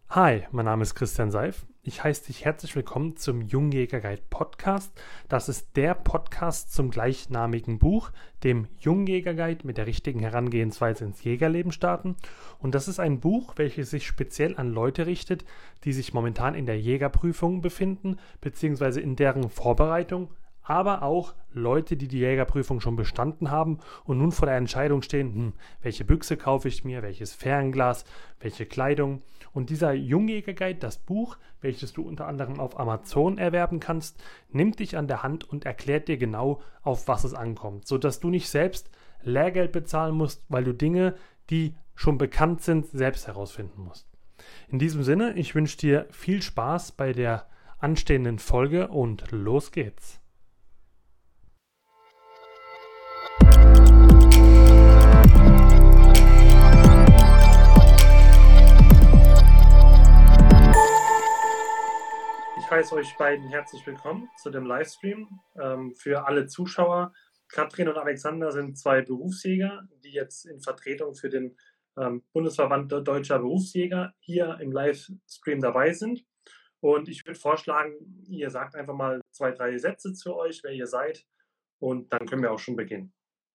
Hi, mein Name ist Christian Seif. Ich heiße dich herzlich willkommen zum Jungjäger-Guide Podcast. Das ist der Podcast zum gleichnamigen Buch, dem Jungjäger-Guide mit der richtigen Herangehensweise ins Jägerleben starten. Und das ist ein Buch, welches sich speziell an Leute richtet, die sich momentan in der Jägerprüfung befinden, beziehungsweise in deren Vorbereitung, aber auch Leute, die die Jägerprüfung schon bestanden haben und nun vor der Entscheidung stehen, welche Büchse kaufe ich mir, welches Fernglas, welche Kleidung. Und dieser Jungjäger-Guide, das Buch, welches du unter anderem auf Amazon erwerben kannst, nimmt dich an der Hand und erklärt dir genau, auf was es ankommt, sodass du nicht selbst Lehrgeld bezahlen musst, weil du Dinge, die schon bekannt sind, selbst herausfinden musst. In diesem Sinne, ich wünsche dir viel Spaß bei der anstehenden Folge und los geht's. Ich heiße euch beiden herzlich willkommen zu dem Livestream. Für alle Zuschauer, Katrin und Alexander sind zwei Berufsjäger, die jetzt in Vertretung für den Bundesverband Deutscher Berufsjäger hier im Livestream dabei sind. Und ich würde vorschlagen, ihr sagt einfach mal 2, 3 Sätze zu euch, wer ihr seid, und dann können wir auch schon beginnen.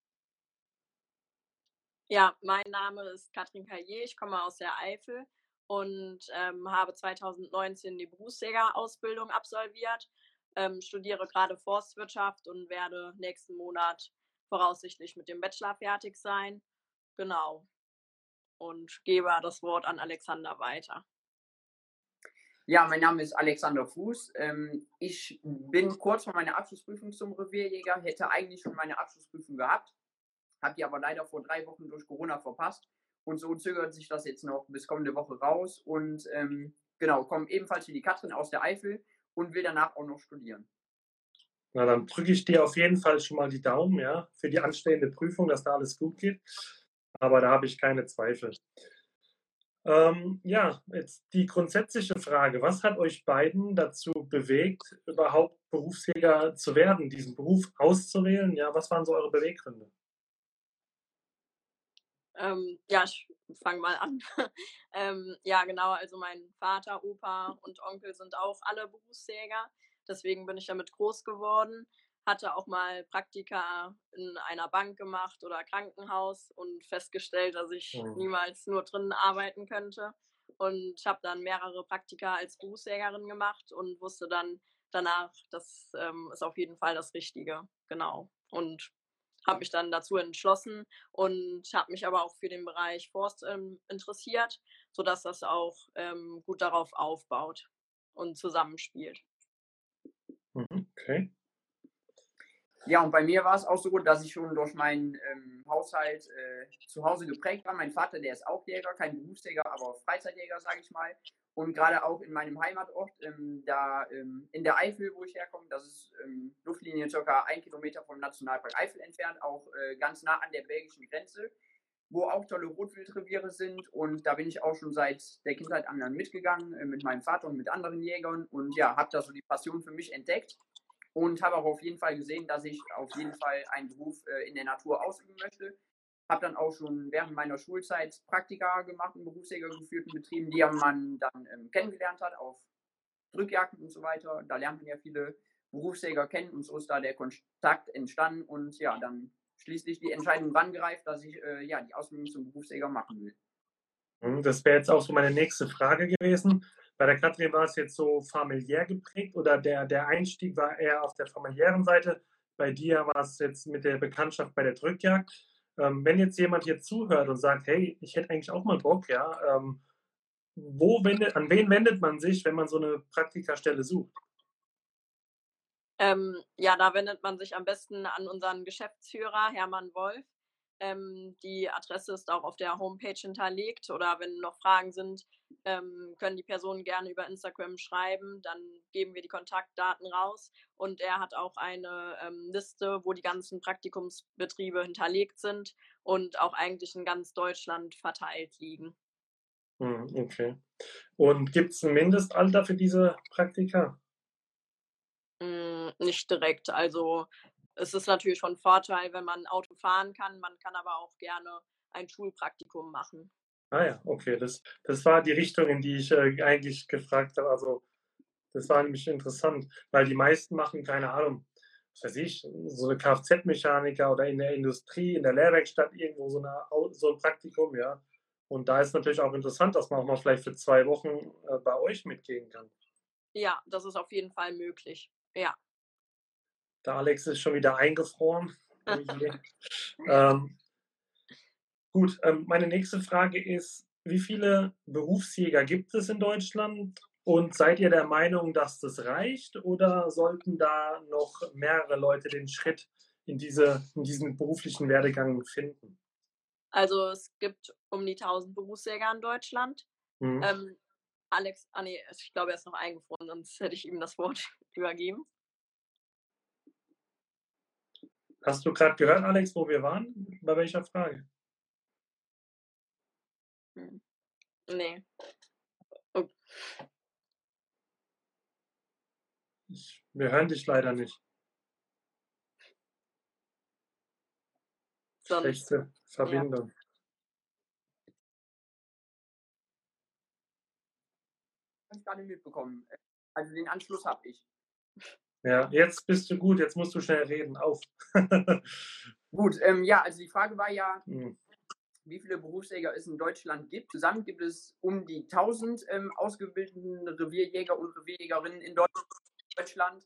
Ja, mein Name ist Katrin Caillier, ich komme aus der Eifel und habe 2019 die Berufsjägerausbildung absolviert, studiere gerade Forstwirtschaft und werde nächsten Monat voraussichtlich mit dem Bachelor fertig sein. Genau. Und gebe das Wort an Alexander weiter. Ja, mein Name ist Alexander Fuß. Ich bin kurz vor meiner Abschlussprüfung zum Revierjäger, hätte eigentlich schon meine Abschlussprüfung gehabt, habe die aber leider vor 3 Wochen durch Corona verpasst. Und so zögert sich das jetzt noch bis kommende Woche raus. Und genau, komme ebenfalls wie die Katrin aus der Eifel und will danach auch noch studieren. Na, dann drücke ich dir auf jeden Fall schon mal die Daumen, ja, für die anstehende Prüfung, dass da alles gut geht. Aber da habe ich keine Zweifel. Ja, jetzt die grundsätzliche Frage: Was hat euch beiden dazu bewegt, überhaupt Berufsjäger zu werden, diesen Beruf auszuwählen? Ja, was waren so eure Beweggründe? Ja, ich fange mal an. Ja, genau, also mein Vater, Opa und Onkel sind auch alle Berufsjäger. Deswegen bin ich damit groß geworden. Hatte auch mal Praktika in einer Bank gemacht oder Krankenhaus und festgestellt, dass ich niemals nur drinnen arbeiten könnte. Und habe dann mehrere Praktika als Berufsjägerin gemacht und wusste dann danach, das ist auf jeden Fall das Richtige. Genau. Und habe mich dann dazu entschlossen und habe mich aber auch für den Bereich Forst interessiert, sodass das auch gut darauf aufbaut und zusammenspielt. Okay. Ja, und bei mir war es auch so, dass ich schon durch meinen Haushalt zu Hause geprägt war. Mein Vater, der ist auch Jäger, kein Berufsjäger, aber Freizeitjäger, sage ich mal. Und gerade auch in meinem Heimatort, in der Eifel, wo ich herkomme, das ist Luftlinie ca. 1 Kilometer vom Nationalpark Eifel entfernt, auch ganz nah an der belgischen Grenze, wo auch tolle Rotwildreviere sind. Und da bin ich auch schon seit der Kindheit an mitgegangen, mit meinem Vater und mit anderen Jägern. Und ja, habe da so die Passion für mich entdeckt. Und habe auch auf jeden Fall gesehen, dass ich auf jeden Fall einen Beruf in der Natur ausüben möchte. Habe dann auch schon während meiner Schulzeit Praktika gemacht in berufsjägergeführten Betrieben, die man dann kennengelernt hat auf Drückjagden und so weiter. Da lernt man ja viele Berufsjäger kennen und so ist da der Kontakt entstanden und ja, dann schließlich die Entscheidung rangereift, dass ich die Ausbildung zum Berufsjäger machen will. Das wäre jetzt auch so meine nächste Frage gewesen. Bei der Katrin war es jetzt so familiär geprägt oder der Einstieg war eher auf der familiären Seite. Bei dir war es jetzt mit der Bekanntschaft bei der Drückjagd. Wenn jetzt jemand hier zuhört und sagt, hey, ich hätte eigentlich auch mal Bock, ja, an wen wendet man sich, wenn man so eine Praktikastelle sucht? Ja, da wendet man sich am besten an unseren Geschäftsführer Hermann Wolf. Die Adresse ist auch auf der Homepage hinterlegt oder wenn noch Fragen sind, können die Personen gerne über Instagram schreiben, dann geben wir die Kontaktdaten raus und er hat auch eine Liste, wo die ganzen Praktikumsbetriebe hinterlegt sind und auch eigentlich in ganz Deutschland verteilt liegen. Okay. Und gibt es ein Mindestalter für diese Praktika? Nicht direkt, also es ist natürlich von Vorteil, wenn man Auto fahren kann, man kann aber auch gerne ein Schulpraktikum machen. Ah ja, okay. Das war die Richtung, in die ich eigentlich gefragt habe. Also das war nämlich interessant, weil die meisten machen, keine Ahnung, was weiß ich, so eine Kfz-Mechaniker oder in der Industrie, in der Lehrwerkstatt irgendwo so ein Praktikum, ja. Und da ist natürlich auch interessant, dass man auch mal vielleicht für 2 Wochen bei euch mitgehen kann. Ja, das ist auf jeden Fall möglich. Ja. Der Alex ist schon wieder eingefroren. Oh je. ähm, gut, meine nächste Frage ist, wie viele Berufsjäger gibt es in Deutschland? Und seid ihr der Meinung, dass das reicht oder sollten da noch mehrere Leute den Schritt in diesen beruflichen Werdegang finden? Also es gibt um die 1000 Berufsjäger in Deutschland. Mhm. Alex, nee, ich glaube, er ist noch eingefroren, sonst hätte ich ihm das Wort übergeben. Hast du gerade gehört, Alex, wo wir waren? Bei welcher Frage? Nee. Oh. Wir hören dich leider nicht. Schlechte Verbindung. Ja. Habe ich gerade mitbekommen. Also den Anschluss habe ich. Ja, jetzt bist du gut, jetzt musst du schnell reden. Auf. Gut, ja, also die Frage war ja, wie viele Berufsjäger es in Deutschland gibt. Zusammen gibt es um die 1000 ausgebildeten Revierjäger und Revierjägerinnen in Deutschland.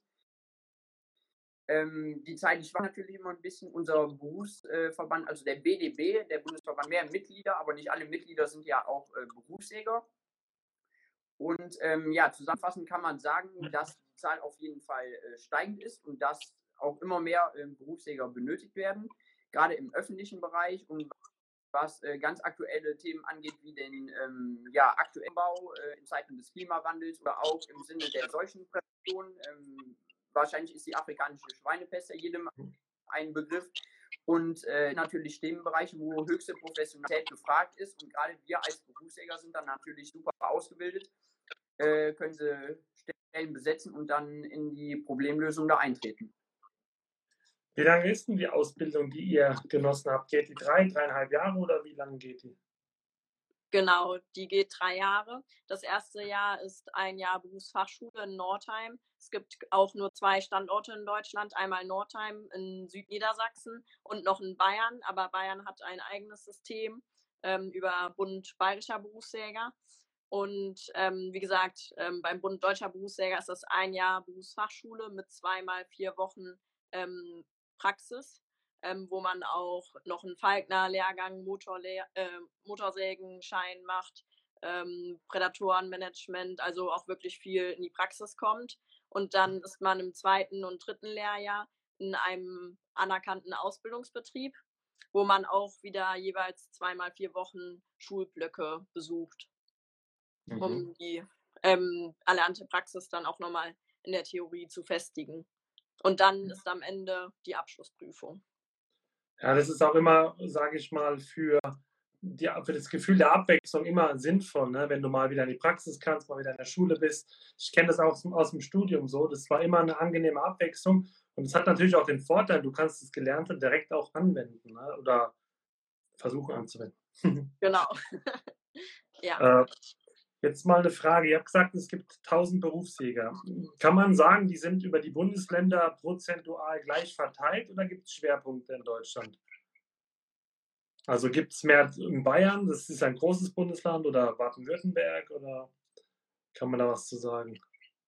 Die Zahl, die schwankt natürlich immer ein bisschen. Unser Berufsverband, also der BDB, der Bundesverband, mehr Mitglieder, aber nicht alle Mitglieder sind ja auch Berufsjäger. Und ja, zusammenfassend kann man sagen, dass die Zahl auf jeden Fall steigend ist und dass auch immer mehr Berufsjäger benötigt werden, gerade im öffentlichen Bereich und was ganz aktuelle Themen angeht, wie den aktuellen Bau in Zeiten des Klimawandels oder auch im Sinne der Seuchenprävention. Wahrscheinlich ist die afrikanische Schweinepest ja jedem ein Begriff. Und natürlich Themenbereiche, wo höchste Professionalität gefragt ist. Und gerade wir als Berufsjäger sind dann natürlich super ausgebildet, können sie Stellen besetzen und dann in die Problemlösung da eintreten. Wie lange ist denn die Ausbildung, die ihr genossen habt? Geht die 3,5 Jahre oder wie lange geht die? Genau, die geht 3 Jahre. Das erste Jahr ist ein Jahr Berufsfachschule in Nordheim. Es gibt auch nur 2 Standorte in Deutschland, einmal Nordheim in Südniedersachsen und noch in Bayern. Aber Bayern hat ein eigenes System über Bund Bayerischer Berufsjäger. Und wie gesagt, beim Bund Deutscher Berufsjäger ist das ein Jahr Berufsfachschule mit 2 mal 4 Wochen Praxis. Wo man auch noch einen Falkner-Lehrgang, Motorsägenschein macht, Prädatorenmanagement, also auch wirklich viel in die Praxis kommt. Und dann ist man im 2. und 3. Lehrjahr in einem anerkannten Ausbildungsbetrieb, wo man auch wieder jeweils 2 mal 4 Wochen Schulblöcke besucht, um die erlernte Praxis dann auch nochmal in der Theorie zu festigen. Und dann ist am Ende die Abschlussprüfung. Ja, das ist auch immer, sage ich mal, für das Gefühl der Abwechslung immer sinnvoll, ne? Wenn du mal wieder in die Praxis kannst, mal wieder in der Schule bist. Ich kenne das auch aus dem Studium so. Das war immer eine angenehme Abwechslung. Und es hat natürlich auch den Vorteil, du kannst das Gelernte direkt auch anwenden, ne? Oder versuchen anzuwenden. Genau. Ja. Jetzt mal eine Frage. Ihr habt gesagt, es gibt 1000 Berufsjäger. Kann man sagen, die sind über die Bundesländer prozentual gleich verteilt oder gibt es Schwerpunkte in Deutschland? Also gibt es mehr in Bayern, das ist ein großes Bundesland, oder Baden-Württemberg, oder kann man da was zu sagen?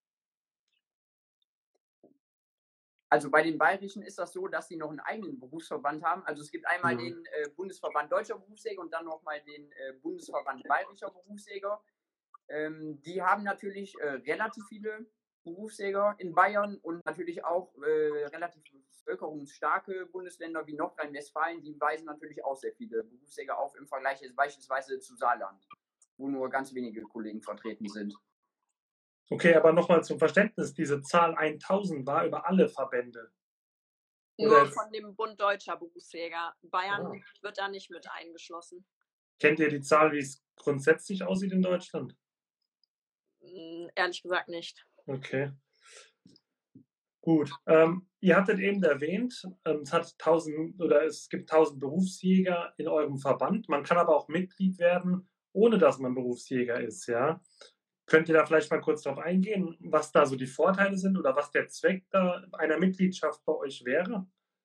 Also bei den Bayerischen ist das so, dass sie noch einen eigenen Berufsverband haben. Also es gibt einmal den Bundesverband Deutscher Berufsjäger und dann nochmal den Bundesverband Bayerischer Berufsjäger. Die haben natürlich relativ viele Berufsjäger in Bayern und natürlich auch relativ bevölkerungsstarke Bundesländer wie Nordrhein-Westfalen, die weisen natürlich auch sehr viele Berufsjäger auf im Vergleich jetzt beispielsweise zu Saarland, wo nur ganz wenige Kollegen vertreten sind. Okay, aber nochmal zum Verständnis, diese Zahl 1000 war über alle Verbände? Nur von dem Bund Deutscher Berufsjäger. Bayern wird da nicht mit eingeschlossen. Kennt ihr die Zahl, wie es grundsätzlich aussieht in Deutschland? Ehrlich gesagt nicht. Okay. Gut. Ihr hattet eben erwähnt, es gibt 1000 Berufsjäger in eurem Verband. Man kann aber auch Mitglied werden ohne dass man Berufsjäger ist, ja. Könnt ihr da vielleicht mal kurz darauf eingehen, was da so die Vorteile sind oder was der Zweck da einer Mitgliedschaft bei euch wäre?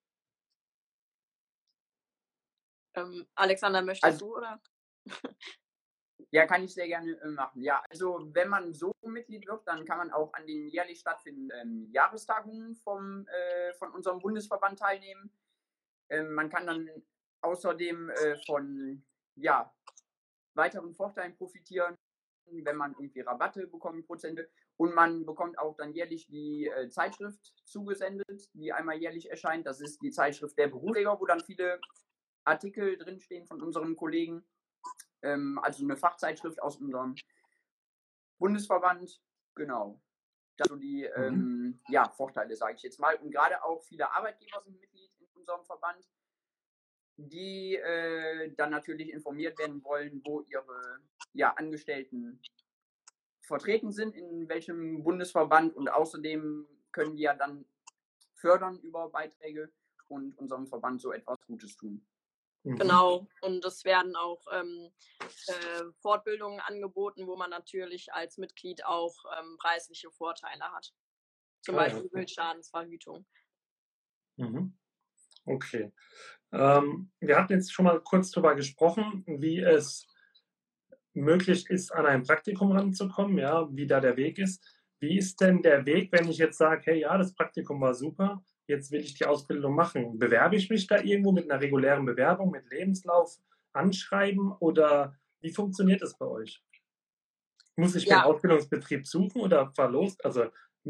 Alexander, möchtest du, oder? Ja, kann ich sehr gerne machen. Ja, also wenn man so Mitglied wird, dann kann man auch an den jährlich stattfindenden Jahrestagungen von unserem Bundesverband teilnehmen. Man kann dann außerdem von weiteren Vorteilen profitieren, wenn man irgendwie Rabatte bekommt, Prozente. Und man bekommt auch dann jährlich die Zeitschrift zugesendet, die einmal jährlich erscheint. Das ist die Zeitschrift der Berufsjäger, wo dann viele Artikel drinstehen von unseren Kollegen. Also eine Fachzeitschrift aus unserem Bundesverband. Genau. Das sind so die Vorteile, sage ich jetzt mal. Und gerade auch viele Arbeitgeber sind Mitglied in unserem Verband, die dann natürlich informiert werden wollen, wo ihre Angestellten vertreten sind, in welchem Bundesverband, und außerdem können die ja dann fördern über Beiträge und unserem Verband so etwas Gutes tun. Genau, und es werden auch Fortbildungen angeboten, wo man natürlich als Mitglied auch preisliche Vorteile hat. Zum Beispiel Wildschadensverhütung. Okay. Wir hatten jetzt schon mal kurz darüber gesprochen, wie es möglich ist, an ein Praktikum ranzukommen, ja, wie da der Weg ist. Wie ist denn der Weg, wenn ich jetzt sage, hey, ja, das Praktikum war super, jetzt will ich die Ausbildung machen? Bewerbe ich mich da irgendwo mit einer regulären Bewerbung, mit Lebenslauf, Anschreiben, oder wie funktioniert das bei euch? Muss ich den Ausbildungsbetrieb suchen oder verlost? Also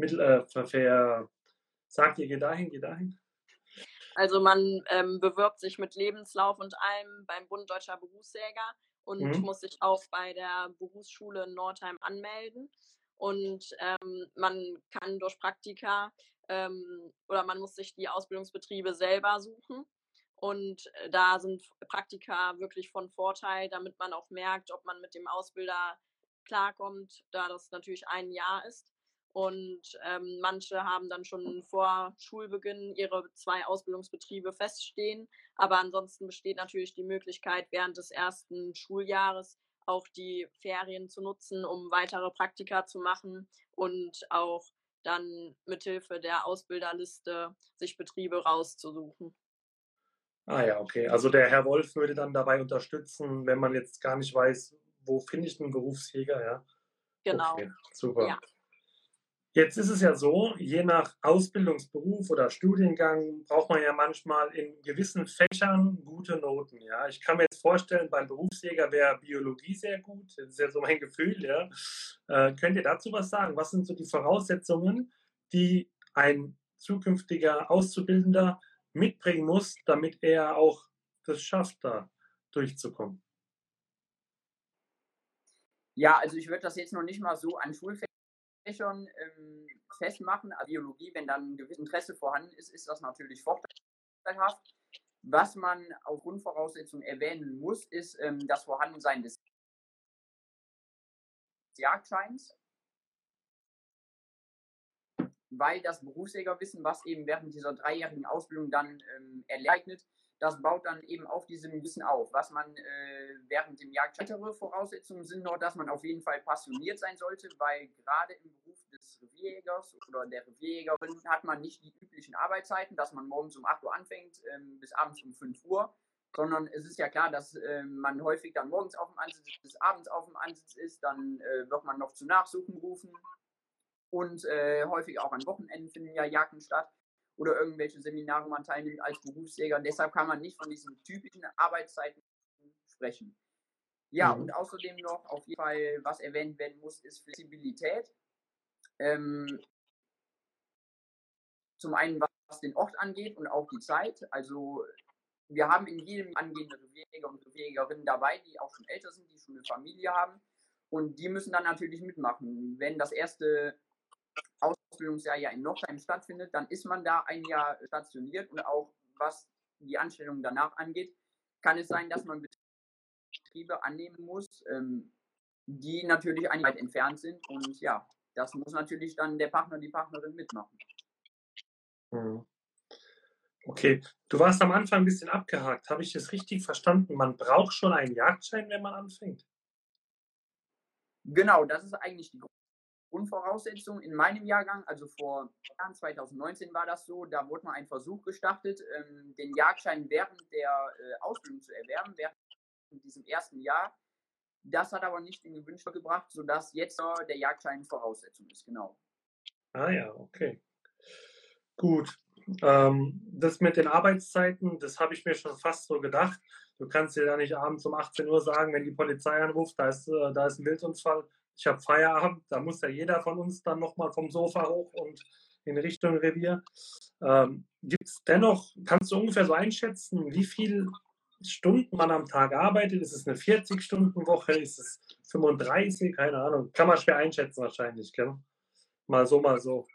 sagt ihr, geh dahin, geh dahin? Also man bewirbt sich mit Lebenslauf und allem beim Bund Deutscher Berufsjäger und muss sich auch bei der Berufsschule in Nordheim anmelden. Und man kann durch Praktika oder man muss sich die Ausbildungsbetriebe selber suchen. Und da sind Praktika wirklich von Vorteil, damit man auch merkt, ob man mit dem Ausbilder klarkommt, da das natürlich ein Jahr ist. Und manche haben dann schon vor Schulbeginn ihre 2 Ausbildungsbetriebe feststehen. Aber ansonsten besteht natürlich die Möglichkeit, während des ersten Schuljahres auch die Ferien zu nutzen, um weitere Praktika zu machen und auch dann mithilfe der Ausbilderliste sich Betriebe rauszusuchen. Ah ja, okay. Also der Herr Wolf würde dann dabei unterstützen, wenn man jetzt gar nicht weiß, wo finde ich einen Berufsjäger, ja? Genau. Okay, super. Ja. Jetzt ist es ja so, je nach Ausbildungsberuf oder Studiengang braucht man ja manchmal in gewissen Fächern gute Noten. Ja, ich kann mir jetzt vorstellen, beim Berufsjäger wäre Biologie sehr gut. Das ist ja so mein Gefühl. Ja. Könnt ihr dazu was sagen? Was sind so die Voraussetzungen, die ein zukünftiger Auszubildender mitbringen muss, damit er auch das schafft, da durchzukommen? Ja, also ich würde das jetzt noch nicht mal so an Schulfächern festmachen. Also Biologie, wenn dann ein gewisses Interesse vorhanden ist, ist das natürlich vorteilhaft. Was man auf Grundvoraussetzungen erwähnen muss, ist das Vorhandensein des Jagdscheins, weil das Berufsjägerwissen, was eben während dieser 3-jährigen Ausbildung dann erlernt, das baut dann eben auf diesem Wissen auf. Was man während dem Jagdschein, weitere Voraussetzungen sind noch, dass man auf jeden Fall passioniert sein sollte, weil gerade im Beruf des Revierjägers oder der Revierjägerin hat man nicht die üblichen Arbeitszeiten, dass man morgens um 8 Uhr anfängt bis abends um 5 Uhr, sondern es ist ja klar, dass man häufig dann morgens auf dem Ansitz ist, bis abends auf dem Ansitz ist, dann wird man noch zu Nachsuchen gerufen und häufig auch an Wochenenden finden ja Jagden statt oder irgendwelche Seminare man teilnimmt als Berufsjäger. Deshalb kann man nicht von diesen typischen Arbeitszeiten sprechen. Ja, und außerdem noch auf jeden Fall, was erwähnt werden muss, ist Flexibilität. Zum einen, was den Ort angeht und auch die Zeit. Also wir haben in jedem angehenden Revierjäger und Revierjägerinnen dabei, die auch schon älter sind, die schon eine Familie haben. Und die müssen dann natürlich mitmachen. Wenn das erste Ausbildungsjahr ja in Nordheim stattfindet, dann ist man da ein Jahr stationiert, und auch was die Anstellung danach angeht, kann es sein, dass man Betriebe annehmen muss, die natürlich eine weit entfernt sind, und ja, das muss natürlich dann der Partner, die Partnerin mitmachen. Okay, du warst am Anfang ein bisschen abgehakt. Habe ich das richtig verstanden? Man braucht schon einen Jagdschein, wenn man anfängt? Genau, das ist eigentlich die Grundvoraussetzung. In meinem Jahrgang, also vor Jahren, 2019 war das so, da wurde mal ein Versuch gestartet, den Jagdschein während der Ausbildung zu erwerben, während diesem ersten Jahr. Das hat aber nicht den gewünschten gebracht, sodass jetzt der Jagdschein Voraussetzung ist, genau. Ah ja, okay. Gut. Das mit den Arbeitszeiten, das habe ich mir schon fast so gedacht. Du kannst dir da nicht abends um 18 Uhr sagen, wenn die Polizei anruft, da ist ein Wildunfall, ich habe Feierabend, da muss ja jeder von uns dann nochmal vom Sofa hoch und in Richtung Revier. Gibt's dennoch, kannst du ungefähr so einschätzen, wie viele Stunden man am Tag arbeitet? Ist es eine 40-Stunden-Woche? Ist es 35? Keine Ahnung. Kann man schwer einschätzen wahrscheinlich, gell? Mal so, mal so.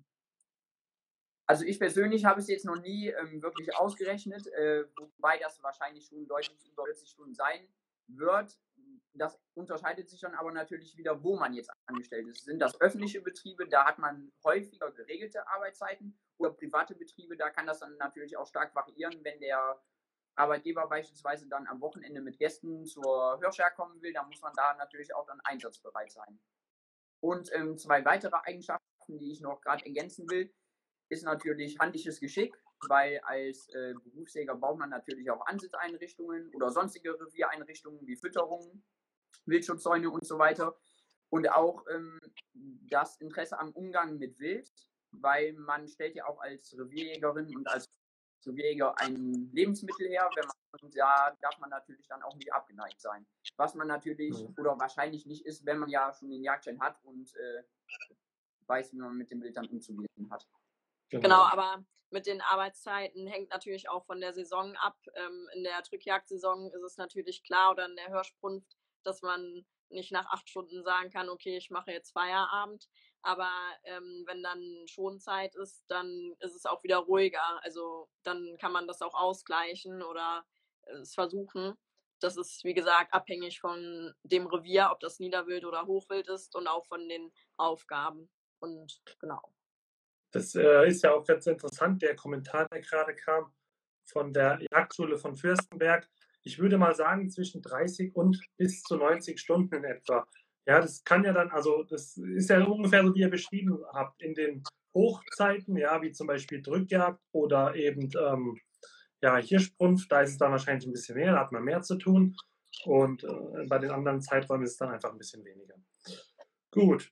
Also ich persönlich habe es jetzt noch nie wirklich ausgerechnet, wobei das wahrscheinlich schon deutlich über 40 Stunden sein wird. Das unterscheidet sich dann aber natürlich wieder, wo man jetzt angestellt ist. Sind das öffentliche Betriebe, da hat man häufiger geregelte Arbeitszeiten, oder private Betriebe, da kann das dann natürlich auch stark variieren, wenn der Arbeitgeber beispielsweise dann am Wochenende mit Gästen zur Hirschjagd kommen will, dann muss man da natürlich auch dann einsatzbereit sein. Und zwei weitere Eigenschaften, die ich noch gerade ergänzen will, ist natürlich handliches Geschick, weil als Berufsjäger baut man natürlich auch Ansitzeinrichtungen oder sonstige Reviereinrichtungen wie Fütterungen, Wildschutzzäune und so weiter. Und auch das Interesse am Umgang mit Wild, weil man stellt ja auch als Revierjägerin und als Revierjäger ein Lebensmittel her, und da darf man natürlich dann auch nicht abgeneigt sein. Was man natürlich oder wahrscheinlich nicht ist, wenn man ja schon den Jagdschein hat und weiß, wie man mit dem Wild dann umzugehen hat. Genau, aber mit den Arbeitszeiten hängt natürlich auch von der Saison ab. In der Drückjagdsaison ist es natürlich klar, oder in der Hirschbrunft, dass man nicht nach 8 Stunden sagen kann, okay, ich mache jetzt Feierabend. Aber wenn dann Schonzeit ist, dann ist es auch wieder ruhiger. Also dann kann man das auch ausgleichen oder es versuchen. Das ist, wie gesagt, abhängig von dem Revier, ob das Niederwild oder Hochwild ist, und auch von den Aufgaben. Und genau. Das ist ja auch ganz interessant, der Kommentar, der gerade kam von der Jagdschule von Fürstenberg. Ich würde mal sagen, zwischen 30 und bis zu 90 Stunden in etwa. Ja, das kann ja dann, also das ist ja ungefähr so, wie ihr beschrieben habt, in den Hochzeiten, ja, wie zum Beispiel Drückjagd oder eben ja, Hirschbrunft, da ist es dann wahrscheinlich ein bisschen mehr, da hat man mehr zu tun. Und bei den anderen Zeiträumen ist es dann einfach ein bisschen weniger. Gut.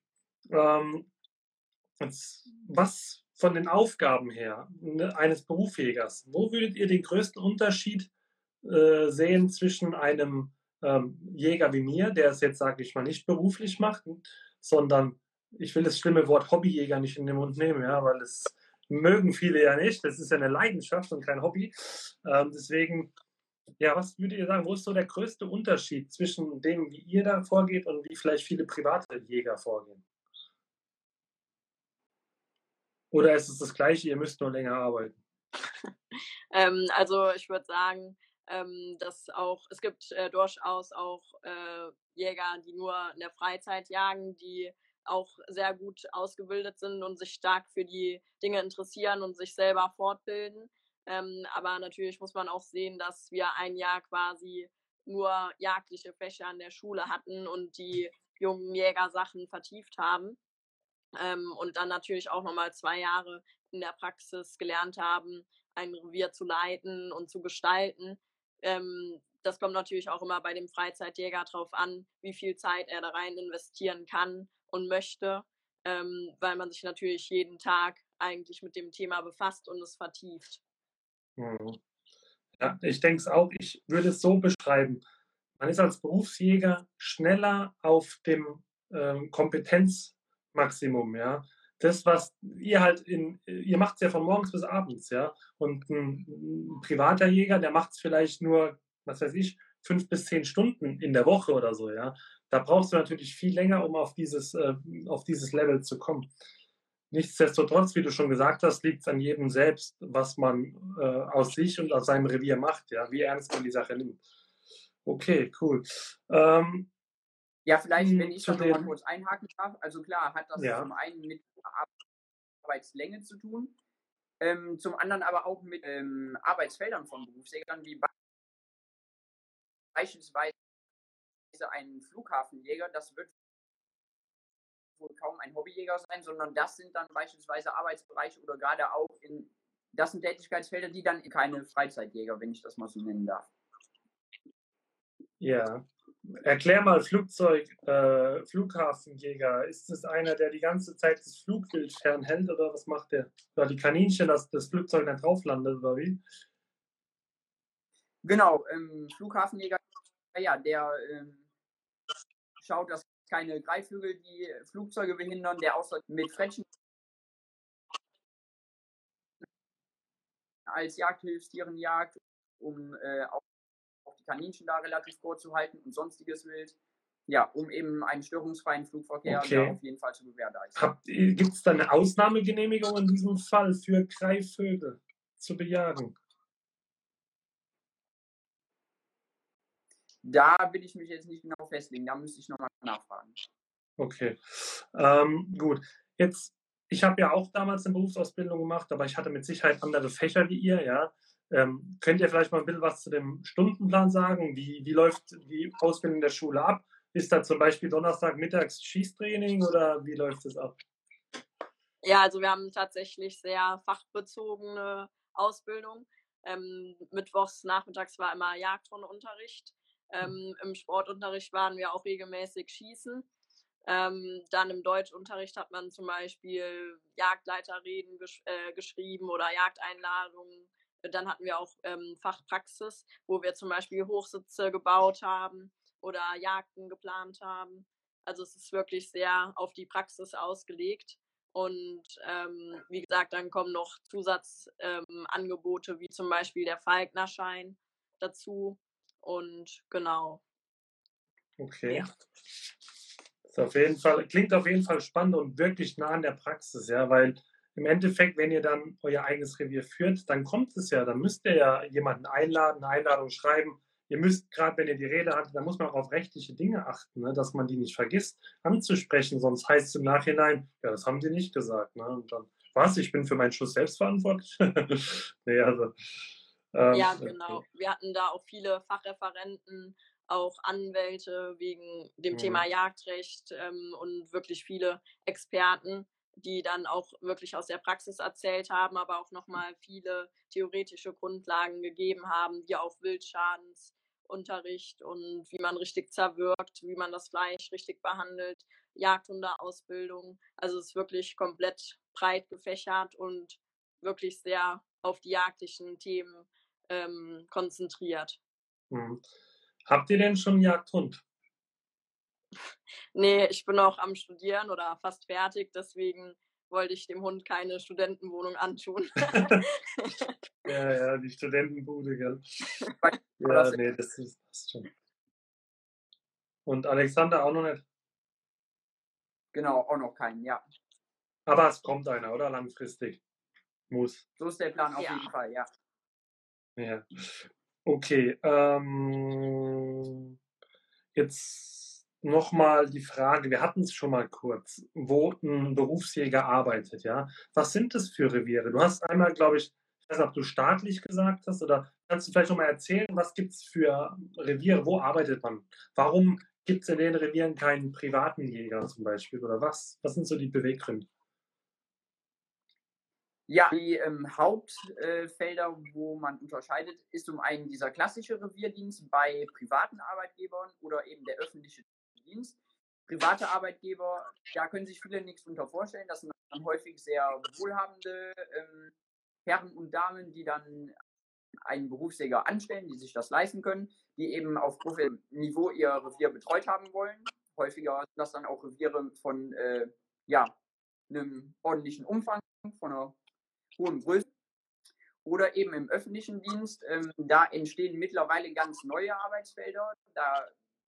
Was von den Aufgaben her eines Berufsjägers, wo würdet ihr den größten Unterschied sehen zwischen einem Jäger wie mir, der es jetzt, sage ich mal, nicht beruflich macht, sondern ich will das schlimme Wort Hobbyjäger nicht in den Mund nehmen, ja, weil das mögen viele ja nicht. Das ist ja eine Leidenschaft und kein Hobby. Deswegen, ja, was würdet ihr sagen, wo ist so der größte Unterschied zwischen dem, wie ihr da vorgeht und wie vielleicht viele private Jäger vorgehen? Oder ist es das Gleiche, ihr müsst nur länger arbeiten? Also ich würde sagen, dass es gibt durchaus auch Jäger, die nur in der Freizeit jagen, die auch sehr gut ausgebildet sind und sich stark für die Dinge interessieren und sich selber fortbilden. Aber natürlich muss man auch sehen, dass wir ein Jahr quasi nur jagdliche Fächer an der Schule hatten und die jungen Jäger Sachen vertieft haben. Und dann natürlich auch nochmal 2 Jahre in der Praxis gelernt haben, ein Revier zu leiten und zu gestalten. Das kommt natürlich auch immer bei dem Freizeitjäger drauf an, wie viel Zeit er da rein investieren kann und möchte, weil man sich natürlich jeden Tag eigentlich mit dem Thema befasst und es vertieft. Mhm. Ja, ich denke es auch. Ich würde es so beschreiben. Man ist als Berufsjäger schneller auf dem Kompetenzmaximum, ja. Das, was ihr halt ihr macht es ja von morgens bis abends, ja. Und ein privater Jäger, der macht es vielleicht nur, was weiß ich, 5 bis 10 Stunden in der Woche oder so, ja. Da brauchst du natürlich viel länger, um auf dieses Level zu kommen. Nichtsdestotrotz, wie du schon gesagt hast, liegt es an jedem selbst, was man aus sich und aus seinem Revier macht, ja, wie ernst man die Sache nimmt. Okay, cool. Ja, vielleicht, wenn ich zu da noch mal dem, kurz einhaken darf. Also klar, hat das ja, zum einen mit Arbeitslänge zu tun, zum anderen aber auch mit Arbeitsfeldern von Berufsjägern, wie beispielsweise ein Flughafenjäger. Das wird kein Hobbyjäger sein, sondern das sind dann beispielsweise Arbeitsbereiche oder gerade auch das sind Tätigkeitsfelder, die dann keine Freizeitjäger, wenn ich das mal so nennen darf. Ja. Erklär mal Flughafenjäger. Ist es einer, der die ganze Zeit das Flugbild fernhält oder was macht der? Oder die Kaninchen, dass das Flugzeug nicht drauf landet oder wie? Genau, Flughafenjäger, ja, der schaut, dass keine Greifvögel die Flugzeuge behindern, der außer mit Frettchen als Jagdhilfstieren jagt, um auch die Kaninchen da relativ kurz zu halten und sonstiges Wild. Ja, um eben einen störungsfreien Flugverkehr da auf jeden Fall zu gewährleisten. Gibt es da eine Ausnahmegenehmigung in diesem Fall für Greifvögel zu bejagen? Da will ich mich jetzt nicht genau festlegen, da müsste ich nochmal nachfragen. Okay, gut. Jetzt, ich habe ja auch damals eine Berufsausbildung gemacht, aber ich hatte mit Sicherheit andere Fächer wie ihr, ja. Könnt ihr vielleicht mal ein bisschen was zu dem Stundenplan sagen? Wie läuft die Ausbildung der Schule ab? Ist da zum Beispiel Donnerstag mittags Schießtraining oder wie läuft es ab? Ja, also wir haben tatsächlich sehr fachbezogene Ausbildung. Mittwochs nachmittags war immer Jagdhundunterricht. Im Sportunterricht waren wir auch regelmäßig schießen. Dann im Deutschunterricht hat man zum Beispiel Jagdleiterreden geschrieben oder Jagdeinladungen. Dann hatten wir auch Fachpraxis, wo wir zum Beispiel Hochsitze gebaut haben oder Jagden geplant haben. Also es ist wirklich sehr auf die Praxis ausgelegt. Und wie gesagt, dann kommen noch Zusatzangebote wie zum Beispiel der Falknerschein dazu. Und genau. Okay. Ja. Klingt auf jeden Fall spannend und wirklich nah an der Praxis, ja, weil im Endeffekt, wenn ihr dann euer eigenes Revier führt, dann kommt es ja, dann müsst ihr ja jemanden einladen, eine Einladung schreiben. Ihr müsst, gerade wenn ihr die Rede habt, dann muss man auch auf rechtliche Dinge achten, ne, dass man die nicht vergisst anzusprechen, sonst heißt es im Nachhinein, ja, das haben die nicht gesagt. Ne? Und dann, was, ich bin für meinen Schuss selbst verantwortlich? Nee, also. Ja, genau. Okay. Wir hatten da auch viele Fachreferenten, auch Anwälte wegen dem Thema Jagdrecht und wirklich viele Experten, die dann auch wirklich aus der Praxis erzählt haben, aber auch nochmal viele theoretische Grundlagen gegeben haben, wie auch Wildschadensunterricht und wie man richtig zerwirkt, wie man das Fleisch richtig behandelt, Jagdhundeausbildung. Also es ist wirklich komplett breit gefächert und wirklich sehr auf die jagdlichen Themen konzentriert. Habt ihr denn schon einen Jagdhund? Nee, ich bin noch am Studieren oder fast fertig, deswegen wollte ich dem Hund keine Studentenwohnung antun. Ja, die Studentenbude, gell? Ja, nee, das passt schon. Und Alexander auch noch nicht? Genau, auch noch keinen, ja. Aber es kommt einer, oder? Langfristig. Muss. So ist der Plan auf jeden Fall, ja. Ja. Okay. Jetzt nochmal die Frage, wir hatten es schon mal kurz, wo ein Berufsjäger arbeitet, ja. Was sind das für Reviere? Du hast einmal, glaube ich weiß nicht, ob du staatlich gesagt hast, oder kannst du vielleicht nochmal erzählen, was gibt es für Reviere, wo arbeitet man? Warum gibt es in den Revieren keinen privaten Jäger zum Beispiel? Oder was sind so die Beweggründe? Ja, die Hauptfelder, wo man unterscheidet, ist zum einen dieser klassische Revierdienst bei privaten Arbeitgebern oder eben der öffentliche Dienst. Private Arbeitgeber, da können sich viele nichts unter vorstellen. Das sind dann häufig sehr wohlhabende Herren und Damen, die dann einen Berufsjäger anstellen, die sich das leisten können, die eben auf professionellem Niveau ihr Revier betreut haben wollen. Häufiger sind das dann auch Reviere von einem ordentlichen Umfang, von einer hohen Größe. Oder eben im öffentlichen Dienst, da entstehen mittlerweile ganz neue Arbeitsfelder. Da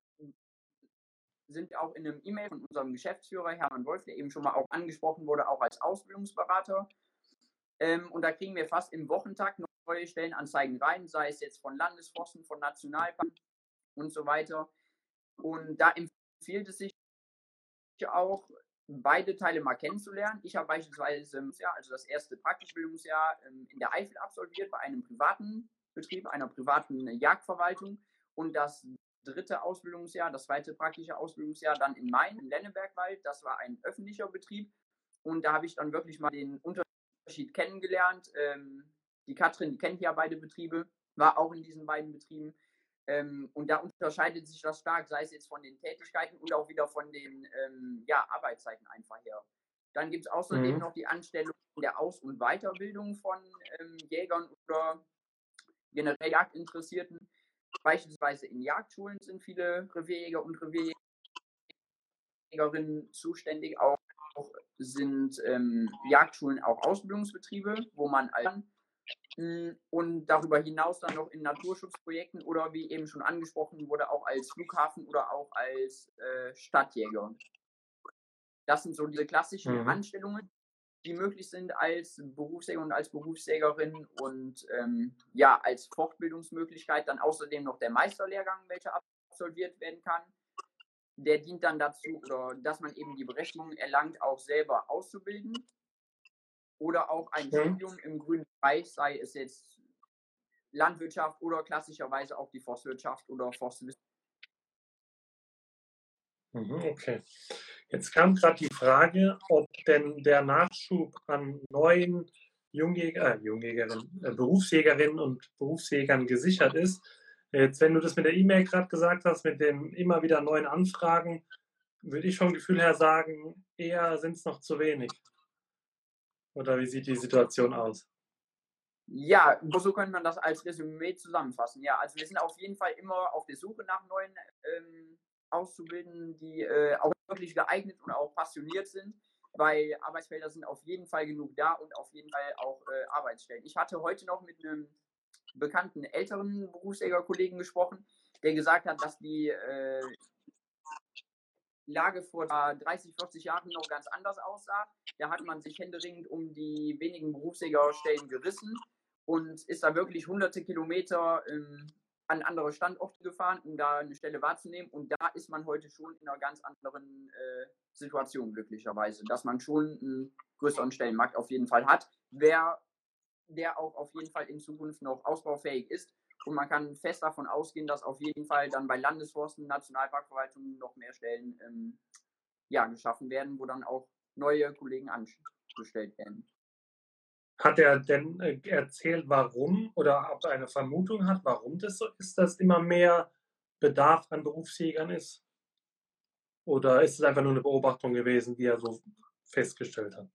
sind auch in einem E-Mail von unserem Geschäftsführer Hermann Wolf, der eben schon mal auch angesprochen wurde, auch als Ausbildungsberater. Und da kriegen wir fast im Wochentakt neue Stellenanzeigen rein, sei es jetzt von Landesforsten, von Nationalparken und so weiter. Und da empfiehlt es sich auch, beide Teile mal kennenzulernen. Ich habe beispielsweise also das erste Praxisbildungsjahr in der Eifel absolviert bei einem privaten Betrieb, einer privaten Jagdverwaltung. Und das dritte Ausbildungsjahr, das zweite praktische Ausbildungsjahr dann in Main, im Lennebergwald. Das war ein öffentlicher Betrieb und da habe ich dann wirklich mal den Unterschied kennengelernt. Die Katrin, die kennt ja beide Betriebe, war auch in diesen beiden Betrieben. Und da unterscheidet sich das stark, sei es jetzt von den Tätigkeiten und auch wieder von den Arbeitszeiten einfach her. Dann gibt es außerdem noch die Anstellung der Aus- und Weiterbildung von Jägern oder generell Jagdinteressierten. Beispielsweise in Jagdschulen sind viele Revierjäger und Revierjägerinnen zuständig. Auch sind Jagdschulen auch Ausbildungsbetriebe, wo man und darüber hinaus dann noch in Naturschutzprojekten oder wie eben schon angesprochen wurde, auch als Flughafen oder auch als Stadtjäger. Das sind so diese klassischen Anstellungen, die möglich sind als Berufsjäger und als Berufsjägerin und als Fortbildungsmöglichkeit dann außerdem noch der Meisterlehrgang, welcher absolviert werden kann. Der dient dann dazu, dass man eben die Berechtigung erlangt, auch selber auszubilden oder auch ein Studium im grünen Bereich, sei es jetzt Landwirtschaft oder klassischerweise auch die Forstwirtschaft oder Forstwissenschaft. Okay. Jetzt kam gerade die Frage, ob denn der Nachschub an neuen Berufsjägerinnen und Berufsjägern gesichert ist. Jetzt, wenn du das mit der E-Mail gerade gesagt hast, mit den immer wieder neuen Anfragen, würde ich vom Gefühl her sagen, eher sind es noch zu wenig. Oder wie sieht die Situation aus? Ja, so könnte man das als Resümee zusammenfassen. Ja, also wir sind auf jeden Fall immer auf der Suche nach neuen Auszubildenden, die auch wirklich geeignet und auch passioniert sind, weil Arbeitsfelder sind auf jeden Fall genug da und auf jeden Fall auch Arbeitsstellen. Ich hatte heute noch mit einem bekannten älteren Berufsjägerkollegen gesprochen, der gesagt hat, dass die Lage vor 30, 40 Jahren noch ganz anders aussah. Da hat man sich händeringend um die wenigen Berufsjägerstellen gerissen und ist da wirklich hunderte Kilometer an andere Standorte gefahren, um da eine Stelle wahrzunehmen. Und da ist man heute schon in einer ganz anderen Situation, glücklicherweise, dass man schon einen größeren Stellenmarkt auf jeden Fall hat, der auch auf jeden Fall in Zukunft noch ausbaufähig ist. Und man kann fest davon ausgehen, dass auf jeden Fall dann bei Landesforsten, Nationalparkverwaltungen noch mehr Stellen geschaffen werden, wo dann auch neue Kollegen angestellt werden. Hat er denn erzählt, warum oder ob er eine Vermutung hat, warum das so ist, dass immer mehr Bedarf an Berufsjägern ist? Oder ist es einfach nur eine Beobachtung gewesen, die er so festgestellt hat?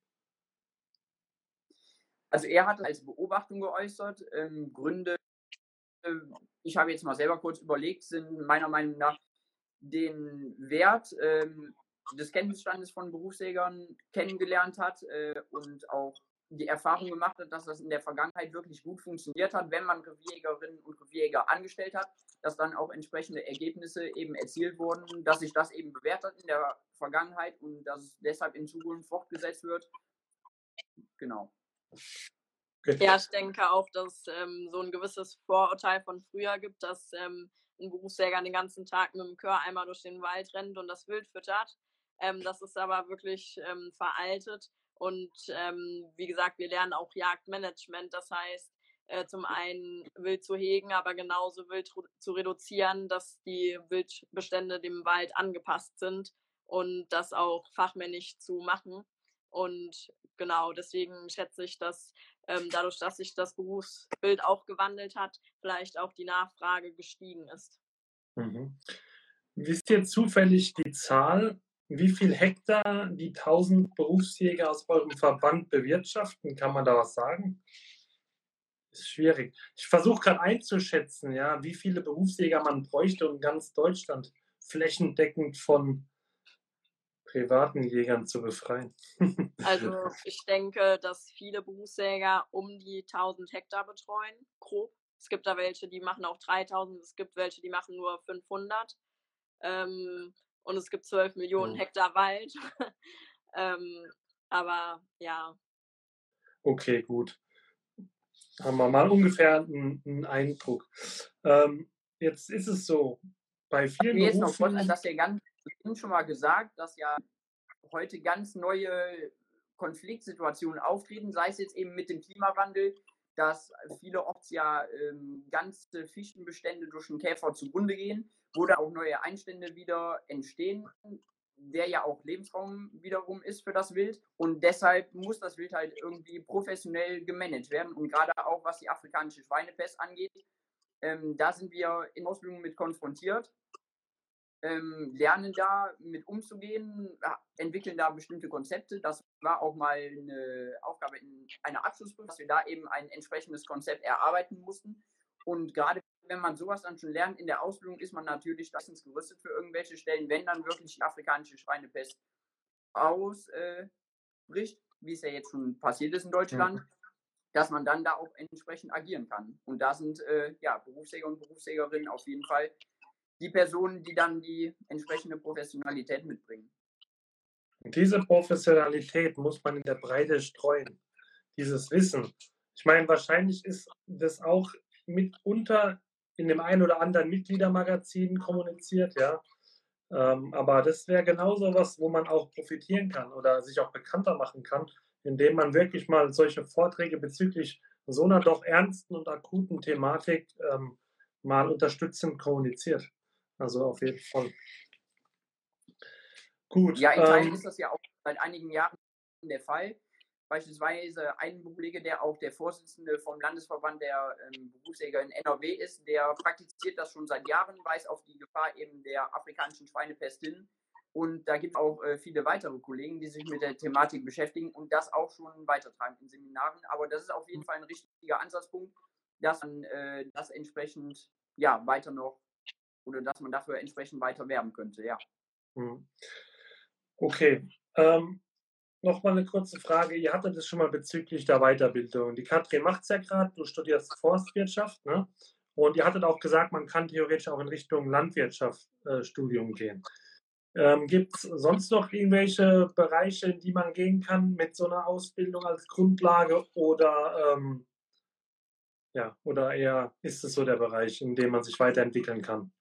Also er hat als Beobachtung geäußert. Gründe, ich habe jetzt mal selber kurz überlegt, sind meiner Meinung nach den Wert des Kenntnisstandes von Berufsjägern kennengelernt hat und auch die Erfahrung gemacht hat, dass das in der Vergangenheit wirklich gut funktioniert hat, wenn man Revierjägerinnen und Revierjäger angestellt hat, dass dann auch entsprechende Ergebnisse eben erzielt wurden, dass sich das eben bewährt hat in der Vergangenheit und dass es deshalb in Zukunft fortgesetzt wird. Genau. Okay. Ja, ich denke auch, dass so ein gewisses Vorurteil von früher gibt, dass ein Berufsjäger den ganzen Tag mit dem Köreimer durch den Wald rennt und das Wild füttert. Das ist aber wirklich veraltet. Und wie gesagt, wir lernen auch Jagdmanagement. Das heißt, zum einen Wild zu hegen, aber genauso Wild zu reduzieren, dass die Wildbestände dem Wald angepasst sind und das auch fachmännisch zu machen. Und genau, deswegen schätze ich, dass dadurch, dass sich das Berufsbild auch gewandelt hat, vielleicht auch die Nachfrage gestiegen ist. Wisst ihr zufällig die Zahl, wie viel Hektar die 1000 Berufsjäger aus eurem Verband bewirtschaften? Kann man da was sagen? Ist schwierig. Ich versuche gerade einzuschätzen, ja, wie viele Berufsjäger man bräuchte, um ganz Deutschland flächendeckend von privaten Jägern zu befreien. Also ich denke, dass viele Berufsjäger um die 1000 Hektar betreuen, grob. Es gibt da welche, die machen auch 3000, es gibt welche, die machen nur 500. Und es gibt 12 Millionen Hektar Wald. Aber ja. Okay, gut. Haben wir mal ungefähr einen Eindruck. Jetzt ist es so, bei vielen Berufen... Jetzt noch kurz, dass der ganz schon mal gesagt, dass ja heute ganz neue Konfliktsituationen auftreten, sei es jetzt eben mit dem Klimawandel, dass vielerorts ja ganze Fichtenbestände durch den Käfer zugrunde gehen, wo da auch neue Einstände wieder entstehen, der ja auch Lebensraum wiederum ist für das Wild. Und deshalb muss das Wild halt irgendwie professionell gemanagt werden. Und gerade auch was die afrikanische Schweinepest angeht, da sind wir in Ausbildung mit konfrontiert, lernen da mit umzugehen, entwickeln da bestimmte Konzepte. Das war auch mal eine Aufgabe in einer Abschlussprüfung, dass wir da eben ein entsprechendes Konzept erarbeiten mussten. Und gerade wenn man sowas dann schon lernt in der Ausbildung, ist man natürlich meistens gerüstet für irgendwelche Stellen, wenn dann wirklich die afrikanische Schweinepest ausbricht, wie es ja jetzt schon passiert ist in Deutschland, dass man dann da auch entsprechend agieren kann. Und da sind Berufsjäger und Berufsjägerinnen auf jeden Fall die Personen, die dann die entsprechende Professionalität mitbringen. Und diese Professionalität muss man in der Breite streuen, dieses Wissen. Ich meine, wahrscheinlich ist das auch mitunter in dem einen oder anderen Mitgliedermagazin kommuniziert, ja. Aber das wäre genauso was, wo man auch profitieren kann oder sich auch bekannter machen kann, indem man wirklich mal solche Vorträge bezüglich so einer doch ernsten und akuten Thematik mal unterstützend kommuniziert. Also auf jeden Fall. Gut. Ja, in Teilen ist das ja auch seit einigen Jahren der Fall. Beispielsweise ein Kollege, der auch der Vorsitzende vom Landesverband der Berufsjäger in NRW ist, der praktiziert das schon seit Jahren, weist auf die Gefahr eben der afrikanischen Schweinepest hin. Und da gibt es auch viele weitere Kollegen, die sich mit der Thematik beschäftigen und das auch schon weitertragen in Seminaren. Aber das ist auf jeden Fall ein richtiger Ansatzpunkt, dass man das entsprechend weiter noch oder dass man dafür entsprechend weiter werben könnte, ja. Okay. Nochmal eine kurze Frage. Ihr hattet es schon mal bezüglich der Weiterbildung. Die Katrin macht es ja gerade, du studierst Forstwirtschaft, ne? Und ihr hattet auch gesagt, man kann theoretisch auch in Richtung Landwirtschaft Studium gehen. Gibt es sonst noch irgendwelche Bereiche, in die man gehen kann mit so einer Ausbildung als Grundlage oder eher ist es so der Bereich, in dem man sich weiterentwickeln kann?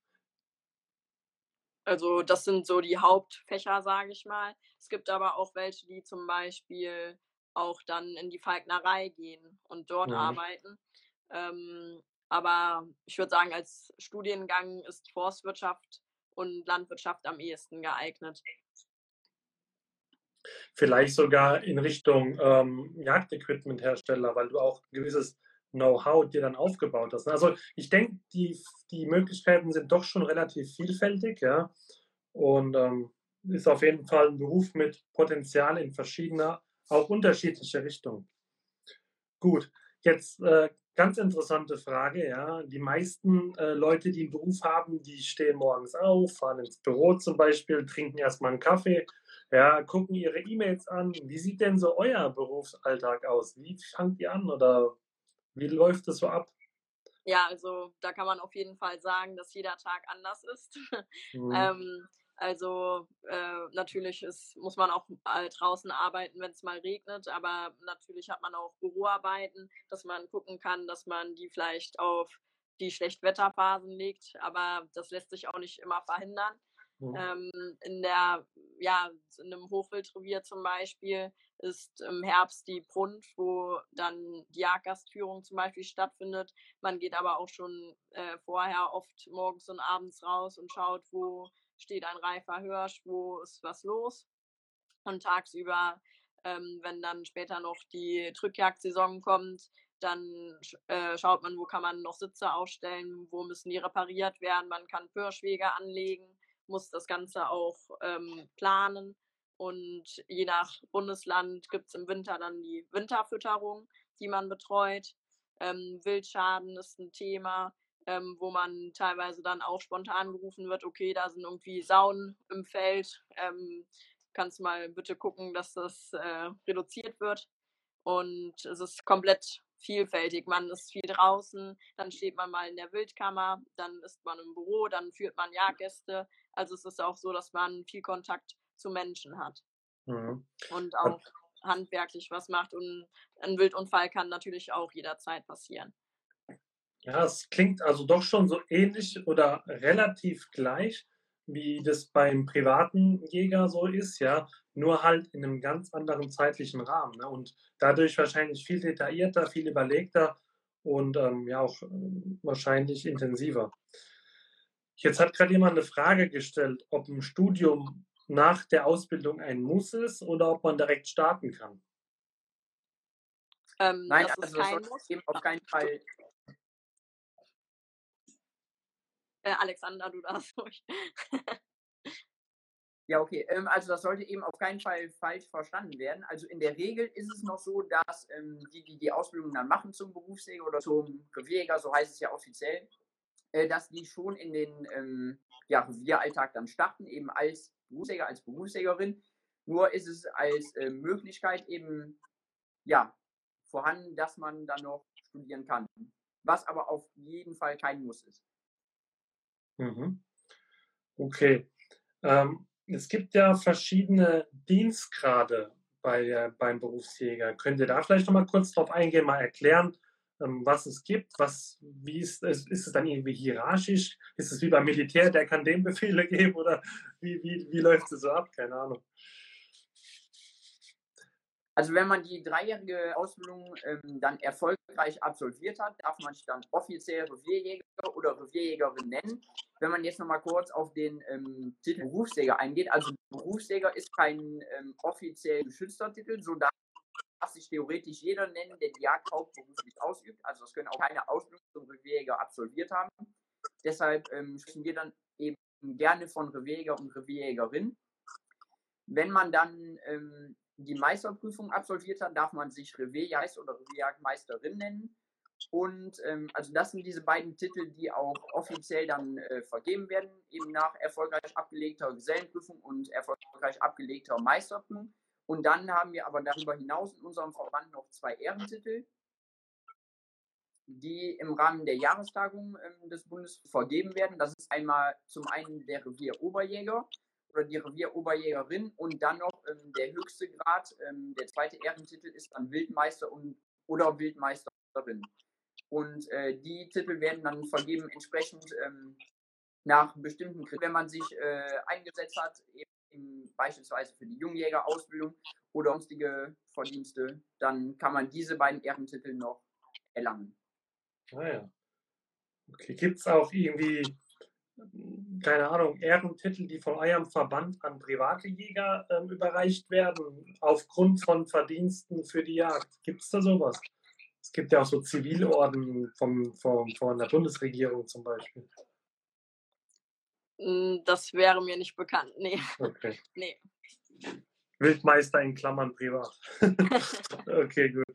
Also das sind so die Hauptfächer, sage ich mal. Es gibt aber auch welche, die zum Beispiel auch dann in die Falknerei gehen und dort arbeiten. Aber ich würde sagen, als Studiengang ist Forstwirtschaft und Landwirtschaft am ehesten geeignet. Vielleicht sogar in Richtung Jagdequipment-Hersteller, weil du auch ein gewisses Know-how dir dann aufgebaut hast. Also ich denke, die Möglichkeiten sind doch schon relativ vielfältig, ja. Und ist auf jeden Fall ein Beruf mit Potenzial in verschiedener, auch unterschiedlicher Richtungen. Gut, jetzt ganz interessante Frage, ja. Die meisten Leute, die einen Beruf haben, die stehen morgens auf, fahren ins Büro zum Beispiel, trinken erstmal einen Kaffee, ja, gucken ihre E-Mails an. Wie sieht denn so euer Berufsalltag aus? Wie fangt ihr an oder wie läuft es so ab? Ja, also da kann man auf jeden Fall sagen, dass jeder Tag anders ist. Natürlich muss man auch draußen arbeiten, wenn es mal regnet, aber natürlich hat man auch Büroarbeiten, dass man gucken kann, dass man die vielleicht auf die Schlechtwetterphasen legt, aber das lässt sich auch nicht immer verhindern. In einem Hochwildrevier zum Beispiel ist im Herbst die Brund, wo dann die Jagdgastführung zum Beispiel stattfindet. Man geht aber auch schon vorher oft morgens und abends raus und schaut, wo steht ein reifer Hirsch, wo ist was los. Und tagsüber, wenn dann später noch die Drückjagdsaison kommt, dann schaut man, wo kann man noch Sitze aufstellen, wo müssen die repariert werden. Man kann Pirschwege anlegen, muss das Ganze auch planen. Und je nach Bundesland gibt es im Winter dann die Winterfütterung, die man betreut. Wildschaden ist ein Thema, wo man teilweise dann auch spontan gerufen wird, okay, da sind irgendwie Sauen im Feld, kannst du mal bitte gucken, dass das reduziert wird. Und es ist komplett vielfältig. Man ist viel draußen, dann steht man mal in der Wildkammer, dann ist man im Büro, dann führt man Jagdgäste. Also es ist auch so, dass man viel Kontakt zu Menschen hat. Und auch handwerklich was macht. Und ein Wildunfall kann natürlich auch jederzeit passieren. Ja, es klingt also doch schon so ähnlich oder relativ gleich, wie das beim privaten Jäger so ist, ja, nur halt in einem ganz anderen zeitlichen Rahmen, ne? Und dadurch wahrscheinlich viel detaillierter, viel überlegter und ja auch wahrscheinlich intensiver. Jetzt hat gerade jemand eine Frage gestellt, ob ein Studium nach der Ausbildung ein Muss ist oder ob man direkt starten kann. Nein, Das ist also das kein sollte Muss. eben auf keinen Fall. Alexander, du darfst ruhig. Ja, okay. Also das sollte eben auf keinen Fall falsch verstanden werden. Also in der Regel ist es noch so, dass die Ausbildung dann machen zum Berufsjäger oder zum Revierjäger, so heißt es ja offiziell, dass die schon in den Revieralltag dann starten, eben als Berufsjäger, als Berufsjägerin. Nur ist es als Möglichkeit eben ja vorhanden, dass man dann noch studieren kann. Was aber auf jeden Fall kein Muss ist. Mhm. Okay. Es gibt ja verschiedene Dienstgrade beim Berufsjäger. Könnt ihr da vielleicht noch mal kurz drauf eingehen, mal erklären, was es gibt? Wie ist es dann irgendwie hierarchisch? Ist es wie beim Militär, der kann dem Befehle geben oder wie läuft es so ab? Keine Ahnung. Also wenn man die 3-jährige Ausbildung dann erfolgreich absolviert hat, darf man sich dann offiziell Revierjäger oder Revierjägerin nennen. Wenn man jetzt nochmal kurz auf den Titel Berufsjäger eingeht, also Berufsjäger ist kein offiziell geschützter Titel, so darf sich theoretisch jeder nennen, der die Jagd hauptberuflich ausübt. Also das können auch keine Ausbildung zum Revierjäger absolviert haben. Deshalb sprechen wir dann eben gerne von Revierjäger und Revierjägerin. Wenn man dann die Meisterprüfung absolviert hat, darf man sich Revierjagd oder Revierjagdmeisterin nennen. Und also das sind diese beiden Titel, die auch offiziell dann vergeben werden, eben nach erfolgreich abgelegter Gesellenprüfung und erfolgreich abgelegter Meisterprüfung. Und dann haben wir aber darüber hinaus in unserem Verband noch 2 Ehrentitel, die im Rahmen der Jahrestagung des Bundes vergeben werden. Das ist einmal zum einen der Revieroberjäger oder die Revieroberjägerin und dann noch der höchste Grad, der zweite Ehrentitel ist dann Wildmeister oder Wildmeisterin. Und die Titel werden dann vergeben entsprechend nach bestimmten Kriterien, wenn man sich eingesetzt hat, eben beispielsweise für die Jungjägerausbildung oder sonstige Verdienste, dann kann man diese beiden Ehrentitel noch erlangen. Ah ja. Okay. Gibt es auch irgendwie, keine Ahnung, Ehrentitel, die von eurem Verband an private Jäger überreicht werden, aufgrund von Verdiensten für die Jagd? Gibt es da sowas? Es gibt ja auch so Zivilorden von der Bundesregierung zum Beispiel. Das wäre mir nicht bekannt. Nee. Okay. Nee. Wildmeister in Klammern privat. Okay, gut.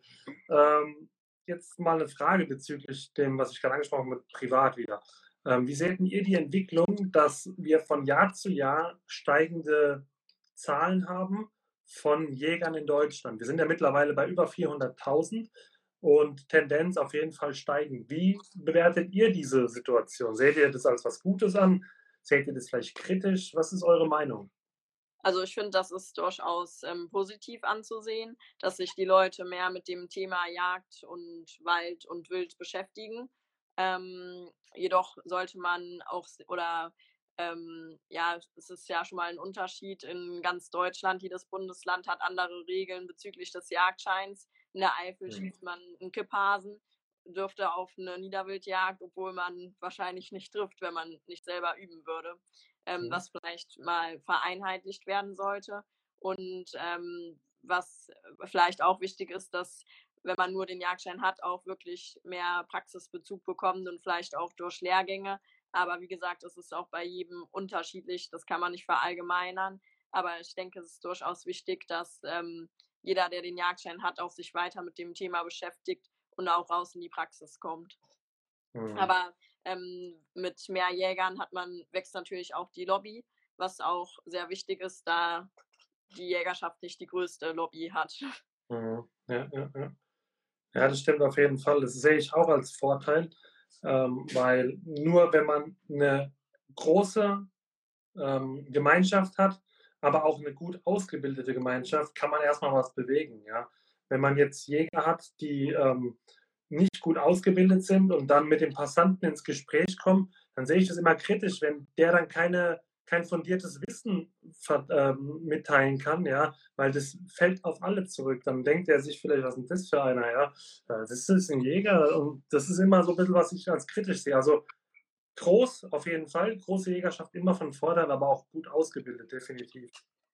Jetzt mal eine Frage bezüglich dem, was ich gerade angesprochen habe, mit privat wieder. Wie seht ihr die Entwicklung, dass wir von Jahr zu Jahr steigende Zahlen haben von Jägern in Deutschland? Wir sind ja mittlerweile bei über 400.000 und Tendenz auf jeden Fall steigen. Wie bewertet ihr diese Situation? Seht ihr das als was Gutes an? Seht ihr das vielleicht kritisch? Was ist eure Meinung? Also ich finde, das ist durchaus positiv anzusehen, dass sich die Leute mehr mit dem Thema Jagd und Wald und Wild beschäftigen. Jedoch sollte man auch, oder ja, es ist ja schon mal ein Unterschied in ganz Deutschland. Jedes Bundesland hat andere Regeln bezüglich des Jagdscheins. In der Eifel schießt man einen Kipphasen, dürfte auf eine Niederwildjagd, obwohl man wahrscheinlich nicht trifft, wenn man nicht selber üben würde. Was vielleicht mal vereinheitlicht werden sollte. Und was vielleicht auch wichtig ist, dass, wenn man nur den Jagdschein hat, auch wirklich mehr Praxisbezug bekommt und vielleicht auch durch Lehrgänge. Aber wie gesagt, es ist auch bei jedem unterschiedlich, das kann man nicht verallgemeinern. Aber ich denke, es ist durchaus wichtig, dass jeder, der den Jagdschein hat, auch sich weiter mit dem Thema beschäftigt und auch raus in die Praxis kommt. Aber mit mehr Jägern wächst natürlich auch die Lobby, was auch sehr wichtig ist, da die Jägerschaft nicht die größte Lobby hat. Ja, ja, ja. Ja, das stimmt auf jeden Fall. Das sehe ich auch als Vorteil, weil nur wenn man eine große Gemeinschaft hat, aber auch eine gut ausgebildete Gemeinschaft, kann man erstmal was bewegen. Ja? Wenn man jetzt Jäger hat, die nicht gut ausgebildet sind und dann mit dem Passanten ins Gespräch kommen, dann sehe ich das immer kritisch, wenn der dann keine kein fundiertes Wissen mitteilen kann, ja, weil das fällt auf alle zurück. Dann denkt er sich vielleicht, was ist denn das für einer, ja? Das ist ein Jäger und das ist immer so ein bisschen, was ich als kritisch sehe. Also groß auf jeden Fall, große Jägerschaft immer von Vorteil, aber auch gut ausgebildet, definitiv.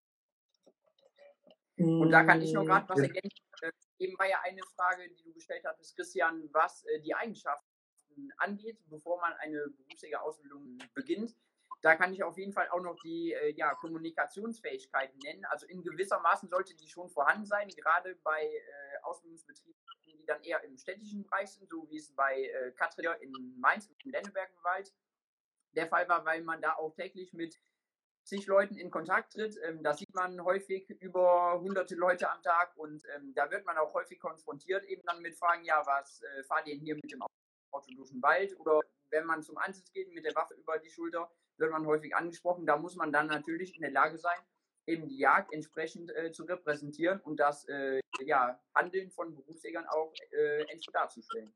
Und da kann ich noch gerade was ergänzen. Eben war ja eine Frage, die du gestellt hattest, Christian, was die Eigenschaften angeht, bevor man eine Berufsjägerausbildung beginnt. Da kann ich auf jeden Fall auch noch die Kommunikationsfähigkeiten nennen. Also in gewissermaßen sollte die schon vorhanden sein, gerade bei Ausbildungsbetrieben, die dann eher im städtischen Bereich sind, so wie es bei Katrin in Mainz im Lennebergenwald der Fall war, weil man da auch täglich mit zig Leuten in Kontakt tritt. Da sieht man häufig über hunderte Leute am Tag und da wird man auch häufig konfrontiert eben dann mit Fragen, ja, was fahrt ihr denn hier mit dem Auto durch den Wald? Oder wenn man zum Ansitz geht mit der Waffe über die Schulter, wird man häufig angesprochen. Da muss man dann natürlich in der Lage sein, eben die Jagd entsprechend zu repräsentieren und das Handeln von Berufsjägern auch entsprechend darzustellen.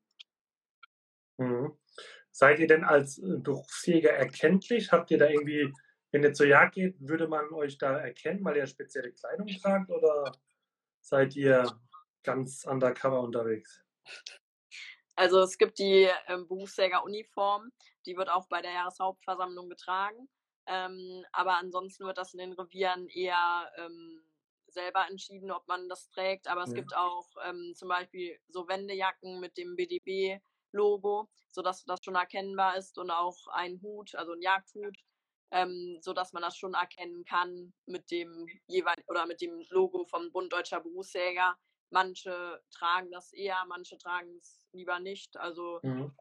Mhm. Seid ihr denn als Berufsjäger erkenntlich? Habt ihr da irgendwie, wenn ihr zur Jagd geht, würde man euch da erkennen, weil ihr spezielle Kleidung tragt oder seid ihr ganz undercover unterwegs? Also es gibt die Berufsjägeruniform, die wird auch bei der Jahreshauptversammlung getragen. Aber ansonsten wird das in den Revieren eher selber entschieden, ob man das trägt. Aber es gibt auch zum Beispiel so Wendejacken mit dem BDB-Logo, sodass das schon erkennbar ist und auch ein Hut, also ein Jagdhut, sodass man das schon erkennen kann mit dem mit dem Logo vom Bund Deutscher Berufsjäger. Manche tragen das eher, manche tragen es lieber nicht. Also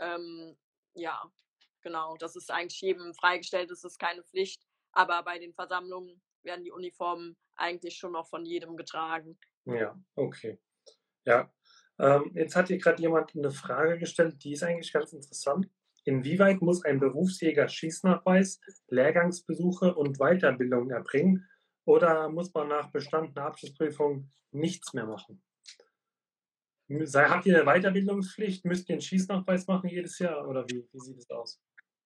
ja, genau, das ist eigentlich jedem freigestellt, das ist keine Pflicht. Aber bei den Versammlungen werden die Uniformen eigentlich schon noch von jedem getragen. Ja, okay. Ja, jetzt hat hier gerade jemand eine Frage gestellt, die ist eigentlich ganz interessant. Inwieweit muss ein Berufsjäger Schießnachweis, Lehrgangsbesuche und Weiterbildung erbringen oder muss man nach bestandener Abschlussprüfung nichts mehr machen? Habt ihr eine Weiterbildungspflicht? Müsst ihr einen Schießnachweis machen jedes Jahr oder wie sieht es aus?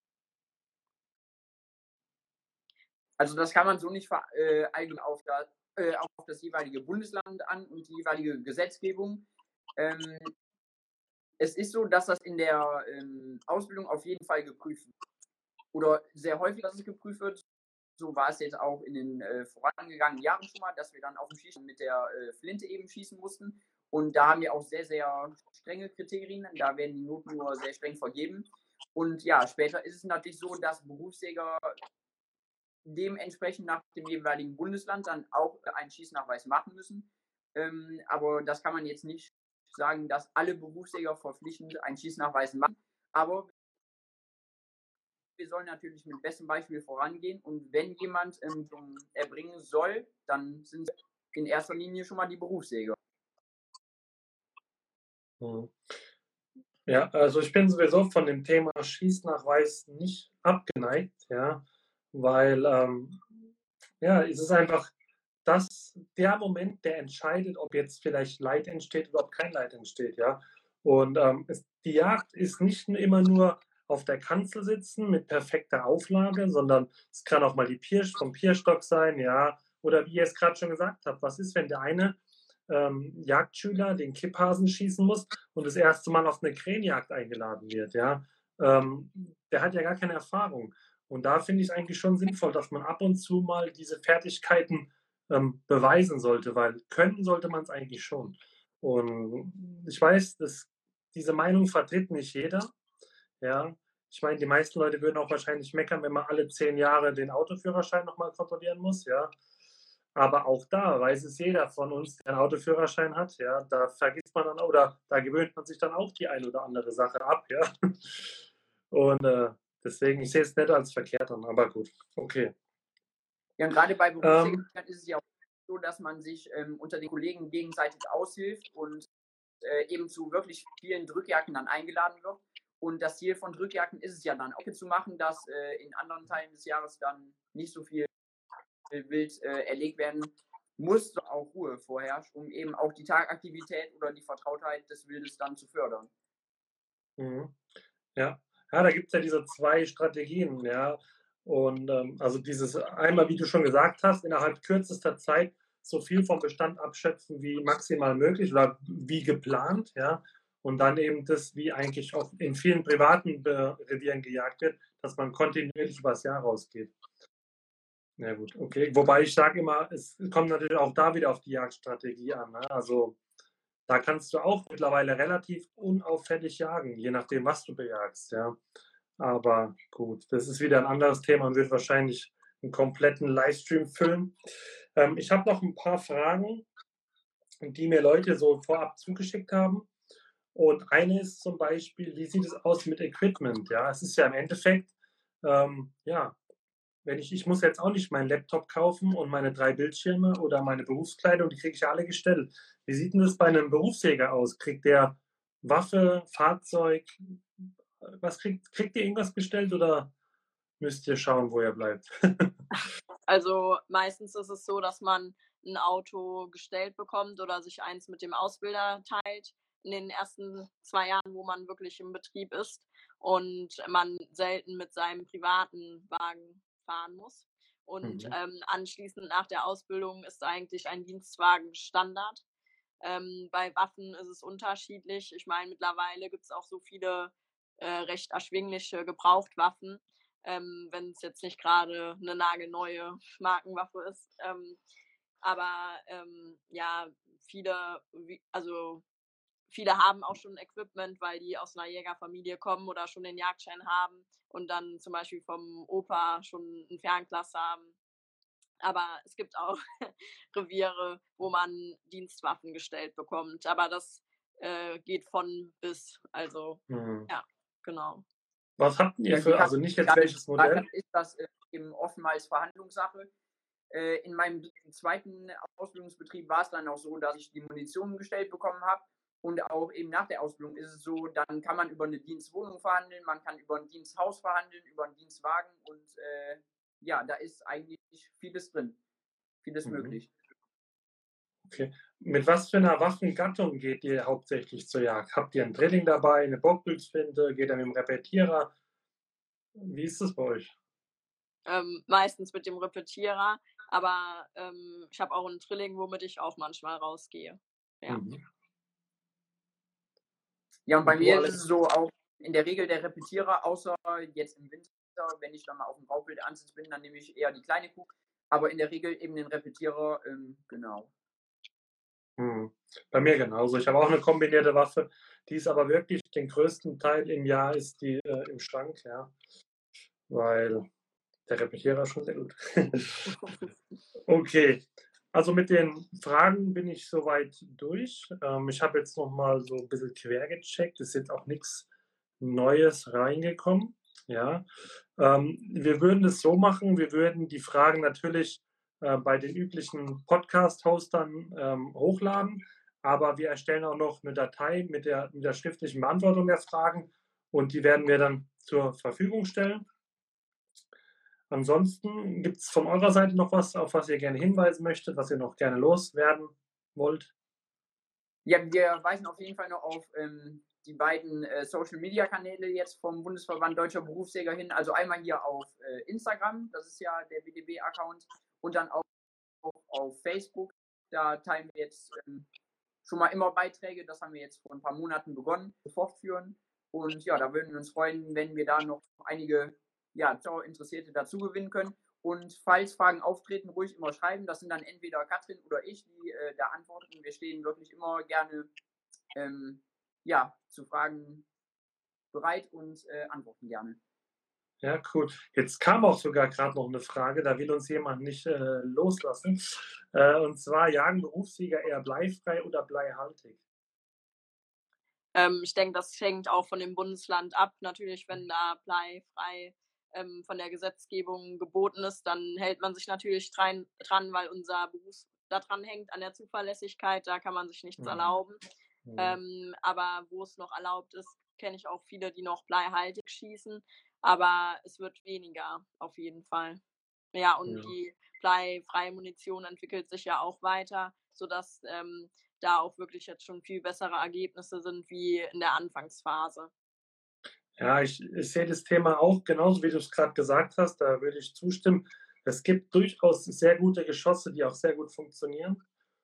Also das kann man so nicht allgemein auf das jeweilige Bundesland an und die jeweilige Gesetzgebung. Es ist so, dass das in der Ausbildung auf jeden Fall geprüft wird. Oder sehr häufig, dass es geprüft wird. So war es jetzt auch in den vorangegangenen Jahren schon mal, dass wir dann auf dem Schießen mit der Flinte eben schießen mussten. Und da haben wir auch sehr, sehr strenge Kriterien. Da werden die Noten nur sehr streng vergeben. Und ja, später ist es natürlich so, dass Berufsjäger dementsprechend nach dem jeweiligen Bundesland dann auch einen Schießnachweis machen müssen. Aber das kann man jetzt nicht sagen, dass alle Berufsjäger verpflichtend einen Schießnachweis machen. Aber wir sollen natürlich mit bestem Beispiel vorangehen. Und wenn jemand erbringen soll, dann sind es in erster Linie schon mal die Berufsjäger. Ja, also ich bin sowieso von dem Thema Schießnachweis nicht abgeneigt, ja, weil es ist einfach der Moment, der entscheidet, ob jetzt vielleicht Leid entsteht oder ob kein Leid entsteht, ja. Und die Jagd ist nicht immer nur auf der Kanzel sitzen mit perfekter Auflage, sondern es kann auch mal die vom Pierstock sein, ja. Oder wie ihr es gerade schon gesagt habt, was ist, wenn der eine Jagdschüler den Kipphasen schießen muss und das erste Mal auf eine Krähenjagd eingeladen wird, ja. Der hat ja gar keine Erfahrung. Und da finde ich es eigentlich schon sinnvoll, dass man ab und zu mal diese Fertigkeiten beweisen sollte, weil können sollte man es eigentlich schon. Und ich weiß, diese Meinung vertritt nicht jeder. Ja, ich meine, die meisten Leute würden auch wahrscheinlich meckern, wenn man alle 10 Jahre den Autoführerschein nochmal kontrollieren muss, ja. Aber auch da weiß es jeder von uns, der einen Autoführerschein hat, ja, da vergisst man dann oder da gewöhnt man sich dann auch die ein oder andere Sache ab, ja. Und deswegen, ich sehe es nicht als verkehrt an, aber gut, okay. Ja, und gerade bei Berufsjägern ist es ja auch so, dass man sich unter den Kollegen gegenseitig aushilft und eben zu wirklich vielen Drückjagden dann eingeladen wird. Und das Ziel von Drückjagden ist es ja dann auch zu machen, dass in anderen Teilen des Jahres dann nicht so viel Wild erlegt werden muss, auch Ruhe vorherrscht, um eben auch die Tagaktivität oder die Vertrautheit des Wildes dann zu fördern. Mhm. Ja, da gibt es ja diese 2 Strategien, ja. Und also dieses einmal, wie du schon gesagt hast, innerhalb kürzester Zeit so viel vom Bestand abschöpfen wie maximal möglich oder wie geplant, ja. Und dann eben das, wie eigentlich auch in vielen privaten Revieren gejagt wird, dass man kontinuierlich übers Jahr rausgeht. Ja gut, okay. Wobei ich sage immer, es kommt natürlich auch da wieder auf die Jagdstrategie an. Ne? Also da kannst du auch mittlerweile relativ unauffällig jagen, je nachdem, was du bejagst, ja. Aber gut, das ist wieder ein anderes Thema und wird wahrscheinlich einen kompletten Livestream füllen. Ich habe noch ein paar Fragen, die mir Leute so vorab zugeschickt haben. Und eine ist zum Beispiel, wie sieht es aus mit Equipment? Ja, es ist ja im Endeffekt, ja, wenn ich muss jetzt auch nicht meinen Laptop kaufen und meine 3 Bildschirme oder meine Berufskleidung, die kriege ich ja alle gestellt. Wie sieht denn das bei einem Berufsjäger aus? Kriegt der Waffe, Fahrzeug? Was kriegt ihr irgendwas gestellt oder müsst ihr schauen, wo ihr bleibt? Also meistens ist es so, dass man ein Auto gestellt bekommt oder sich eins mit dem Ausbilder teilt in den ersten 2 Jahren, wo man wirklich im Betrieb ist und man selten mit seinem privaten Wagen fahren muss. Und anschließend nach der Ausbildung ist eigentlich ein Dienstwagen Standard. Bei Waffen ist es unterschiedlich. Ich meine, mittlerweile gibt es auch so viele recht erschwingliche Gebrauchtwaffen, wenn es jetzt nicht gerade eine nagelneue Markenwaffe ist. Aber ja, also viele haben auch schon Equipment, weil die aus einer Jägerfamilie kommen oder schon den Jagdschein haben und dann zum Beispiel vom Opa schon ein Fernglas haben. Aber es gibt auch Reviere, wo man Dienstwaffen gestellt bekommt. Aber das geht von bis. Also, ja, genau. Was habt ihr Ja, für, also nicht jetzt welches Modell? Ist das eben oftmals Verhandlungssache. In meinem zweiten Ausbildungsbetrieb war es dann auch so, dass ich die Munition gestellt bekommen habe. Und auch eben nach der Ausbildung ist es so, dann kann man über eine Dienstwohnung verhandeln, man kann über ein Diensthaus verhandeln, über einen Dienstwagen und ja, da ist eigentlich vieles drin, vieles möglich. Okay. Mit was für einer Waffengattung geht ihr hauptsächlich zur Jagd? Habt ihr ein Drilling dabei, eine Bockbüchsflinte, geht ihr mit dem Repetierer? Wie ist das bei euch? Meistens mit dem Repetierer, aber ich habe auch ein Drilling, womit ich auch manchmal rausgehe. Ja. Ja, und bei mir ist es so auch in der Regel der Repetierer, außer jetzt im Winter, wenn ich dann mal auf dem Raubwildansitz bin, dann nehme ich eher die kleine Kuh, aber in der Regel eben den Repetierer, genau. Bei mir genauso. Ich habe auch eine kombinierte Waffe, die ist aber wirklich den größten Teil im Jahr ist die im Schrank, ja, weil der Repetierer ist schon sehr gut. Okay, also mit den Fragen bin ich soweit durch. Ich habe jetzt noch mal so ein bisschen quer gecheckt. Es ist jetzt auch nichts Neues reingekommen. Ja, wir würden es so machen, wir würden die Fragen natürlich bei den üblichen Podcast-Hostern hochladen, aber wir erstellen auch noch eine Datei mit der schriftlichen Beantwortung der Fragen und die werden wir dann zur Verfügung stellen. Ansonsten gibt es von eurer Seite noch was, auf was ihr gerne hinweisen möchtet, was ihr noch gerne loswerden wollt? Ja, wir weisen auf jeden Fall noch auf die beiden Social-Media-Kanäle jetzt vom Bundesverband Deutscher Berufsjäger hin. Also einmal hier auf Instagram, das ist ja der BDB-Account, und dann auch auf Facebook. Da teilen wir jetzt schon mal immer Beiträge. Das haben wir jetzt vor ein paar Monaten begonnen, fortführen. Und ja, da würden wir uns freuen, wenn wir da noch einige Interessierte dazu gewinnen können. Und falls Fragen auftreten, ruhig immer schreiben. Das sind dann entweder Katrin oder ich, die da antworten. Wir stehen wirklich immer gerne zu Fragen bereit und antworten gerne. Ja, cool. Jetzt kam auch sogar gerade noch eine Frage, da will uns jemand nicht loslassen. Und zwar, jagen Berufsjäger eher bleifrei oder bleihaltig? Ich denke, das hängt auch von dem Bundesland ab. Natürlich, wenn da bleifrei von der Gesetzgebung geboten ist, dann hält man sich natürlich dran, weil unser Beruf da dran hängt, an der Zuverlässigkeit. Da kann man sich nichts erlauben. Aber wo es noch erlaubt ist, kenne ich auch viele, die noch bleihaltig schießen. Aber es wird weniger, auf jeden Fall. Ja, und die bleifreie Munition entwickelt sich ja auch weiter, sodass da auch wirklich jetzt schon viel bessere Ergebnisse sind wie in der Anfangsphase. Ja, ich sehe das Thema auch genauso, wie du es gerade gesagt hast. Da würde ich zustimmen. Es gibt durchaus sehr gute Geschosse, die auch sehr gut funktionieren.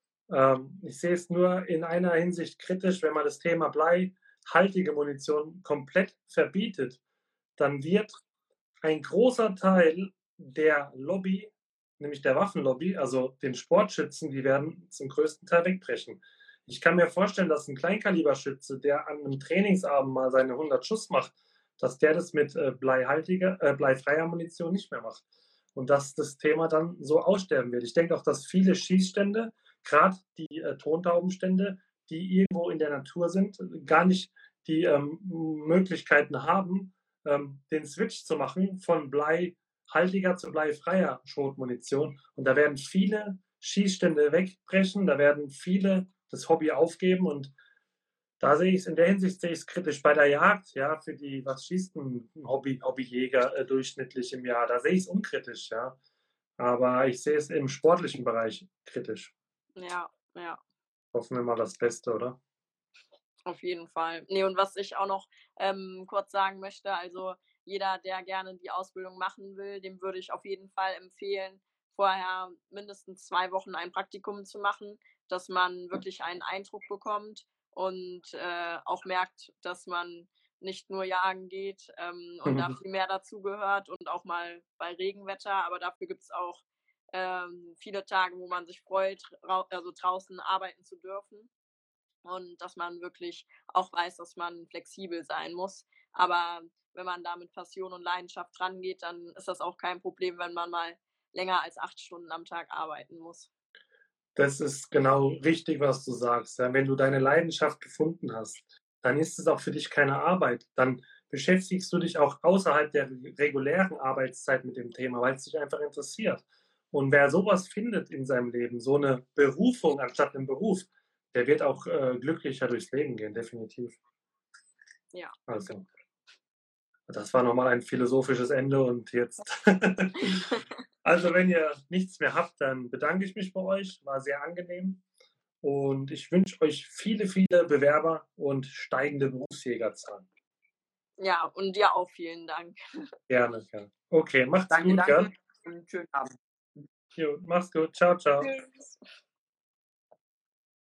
Ich sehe es nur in einer Hinsicht kritisch, wenn man das Thema bleihaltige Munition komplett verbietet, dann wird ein großer Teil der Lobby, nämlich der Waffenlobby, also den Sportschützen, die werden zum größten Teil wegbrechen. Ich kann mir vorstellen, dass ein Kleinkaliberschütze, der an einem Trainingsabend mal seine 100 Schuss macht, dass der das mit bleifreier Munition nicht mehr macht. Und dass das Thema dann so aussterben wird. Ich denke auch, dass viele Schießstände, gerade die Tontaubenstände, die irgendwo in der Natur sind, gar nicht die Möglichkeiten haben, den Switch zu machen von bleihaltiger zu bleifreier Schrotmunition. Und da werden viele Schießstände wegbrechen, da werden viele das Hobby aufgeben und da sehe ich es in der Hinsicht sehe ich es kritisch. Bei der Jagd, ja, für die, was schießt ein Hobbyjäger durchschnittlich im Jahr, da sehe ich es unkritisch, ja. Aber ich sehe es im sportlichen Bereich kritisch. Ja, ja. Hoffen wir mal das Beste, oder? Auf jeden Fall. Nee, und was ich auch noch kurz sagen möchte, also jeder, der gerne die Ausbildung machen will, dem würde ich auf jeden Fall empfehlen, vorher mindestens 2 Wochen ein Praktikum zu machen, dass man wirklich einen Eindruck bekommt und auch merkt, dass man nicht nur jagen geht und da viel mehr dazugehört und auch mal bei Regenwetter, aber dafür gibt es auch viele Tage, wo man sich freut, also draußen arbeiten zu dürfen. Und dass man wirklich auch weiß, dass man flexibel sein muss. Aber wenn man da mit Passion und Leidenschaft rangeht, dann ist das auch kein Problem, wenn man mal länger als 8 Stunden am Tag arbeiten muss. Das ist genau richtig, was du sagst. Ja, wenn du deine Leidenschaft gefunden hast, dann ist es auch für dich keine Arbeit. Dann beschäftigst du dich auch außerhalb der regulären Arbeitszeit mit dem Thema, weil es dich einfach interessiert. Und wer sowas findet in seinem Leben, so eine Berufung anstatt einem Beruf, der wird auch glücklicher durchs Leben gehen, definitiv. Ja. Also, das war nochmal ein philosophisches Ende und jetzt. Also, wenn ihr nichts mehr habt, dann bedanke ich mich bei euch. War sehr angenehm. Und ich wünsche euch viele, viele Bewerber und steigende Berufsjägerzahlen. Ja, und dir auch vielen Dank. Gerne, gerne. Okay, macht's Danke, gut, danke gell? und schönen Abend. Jo, mach's gut. Ciao, ciao. Tschüss.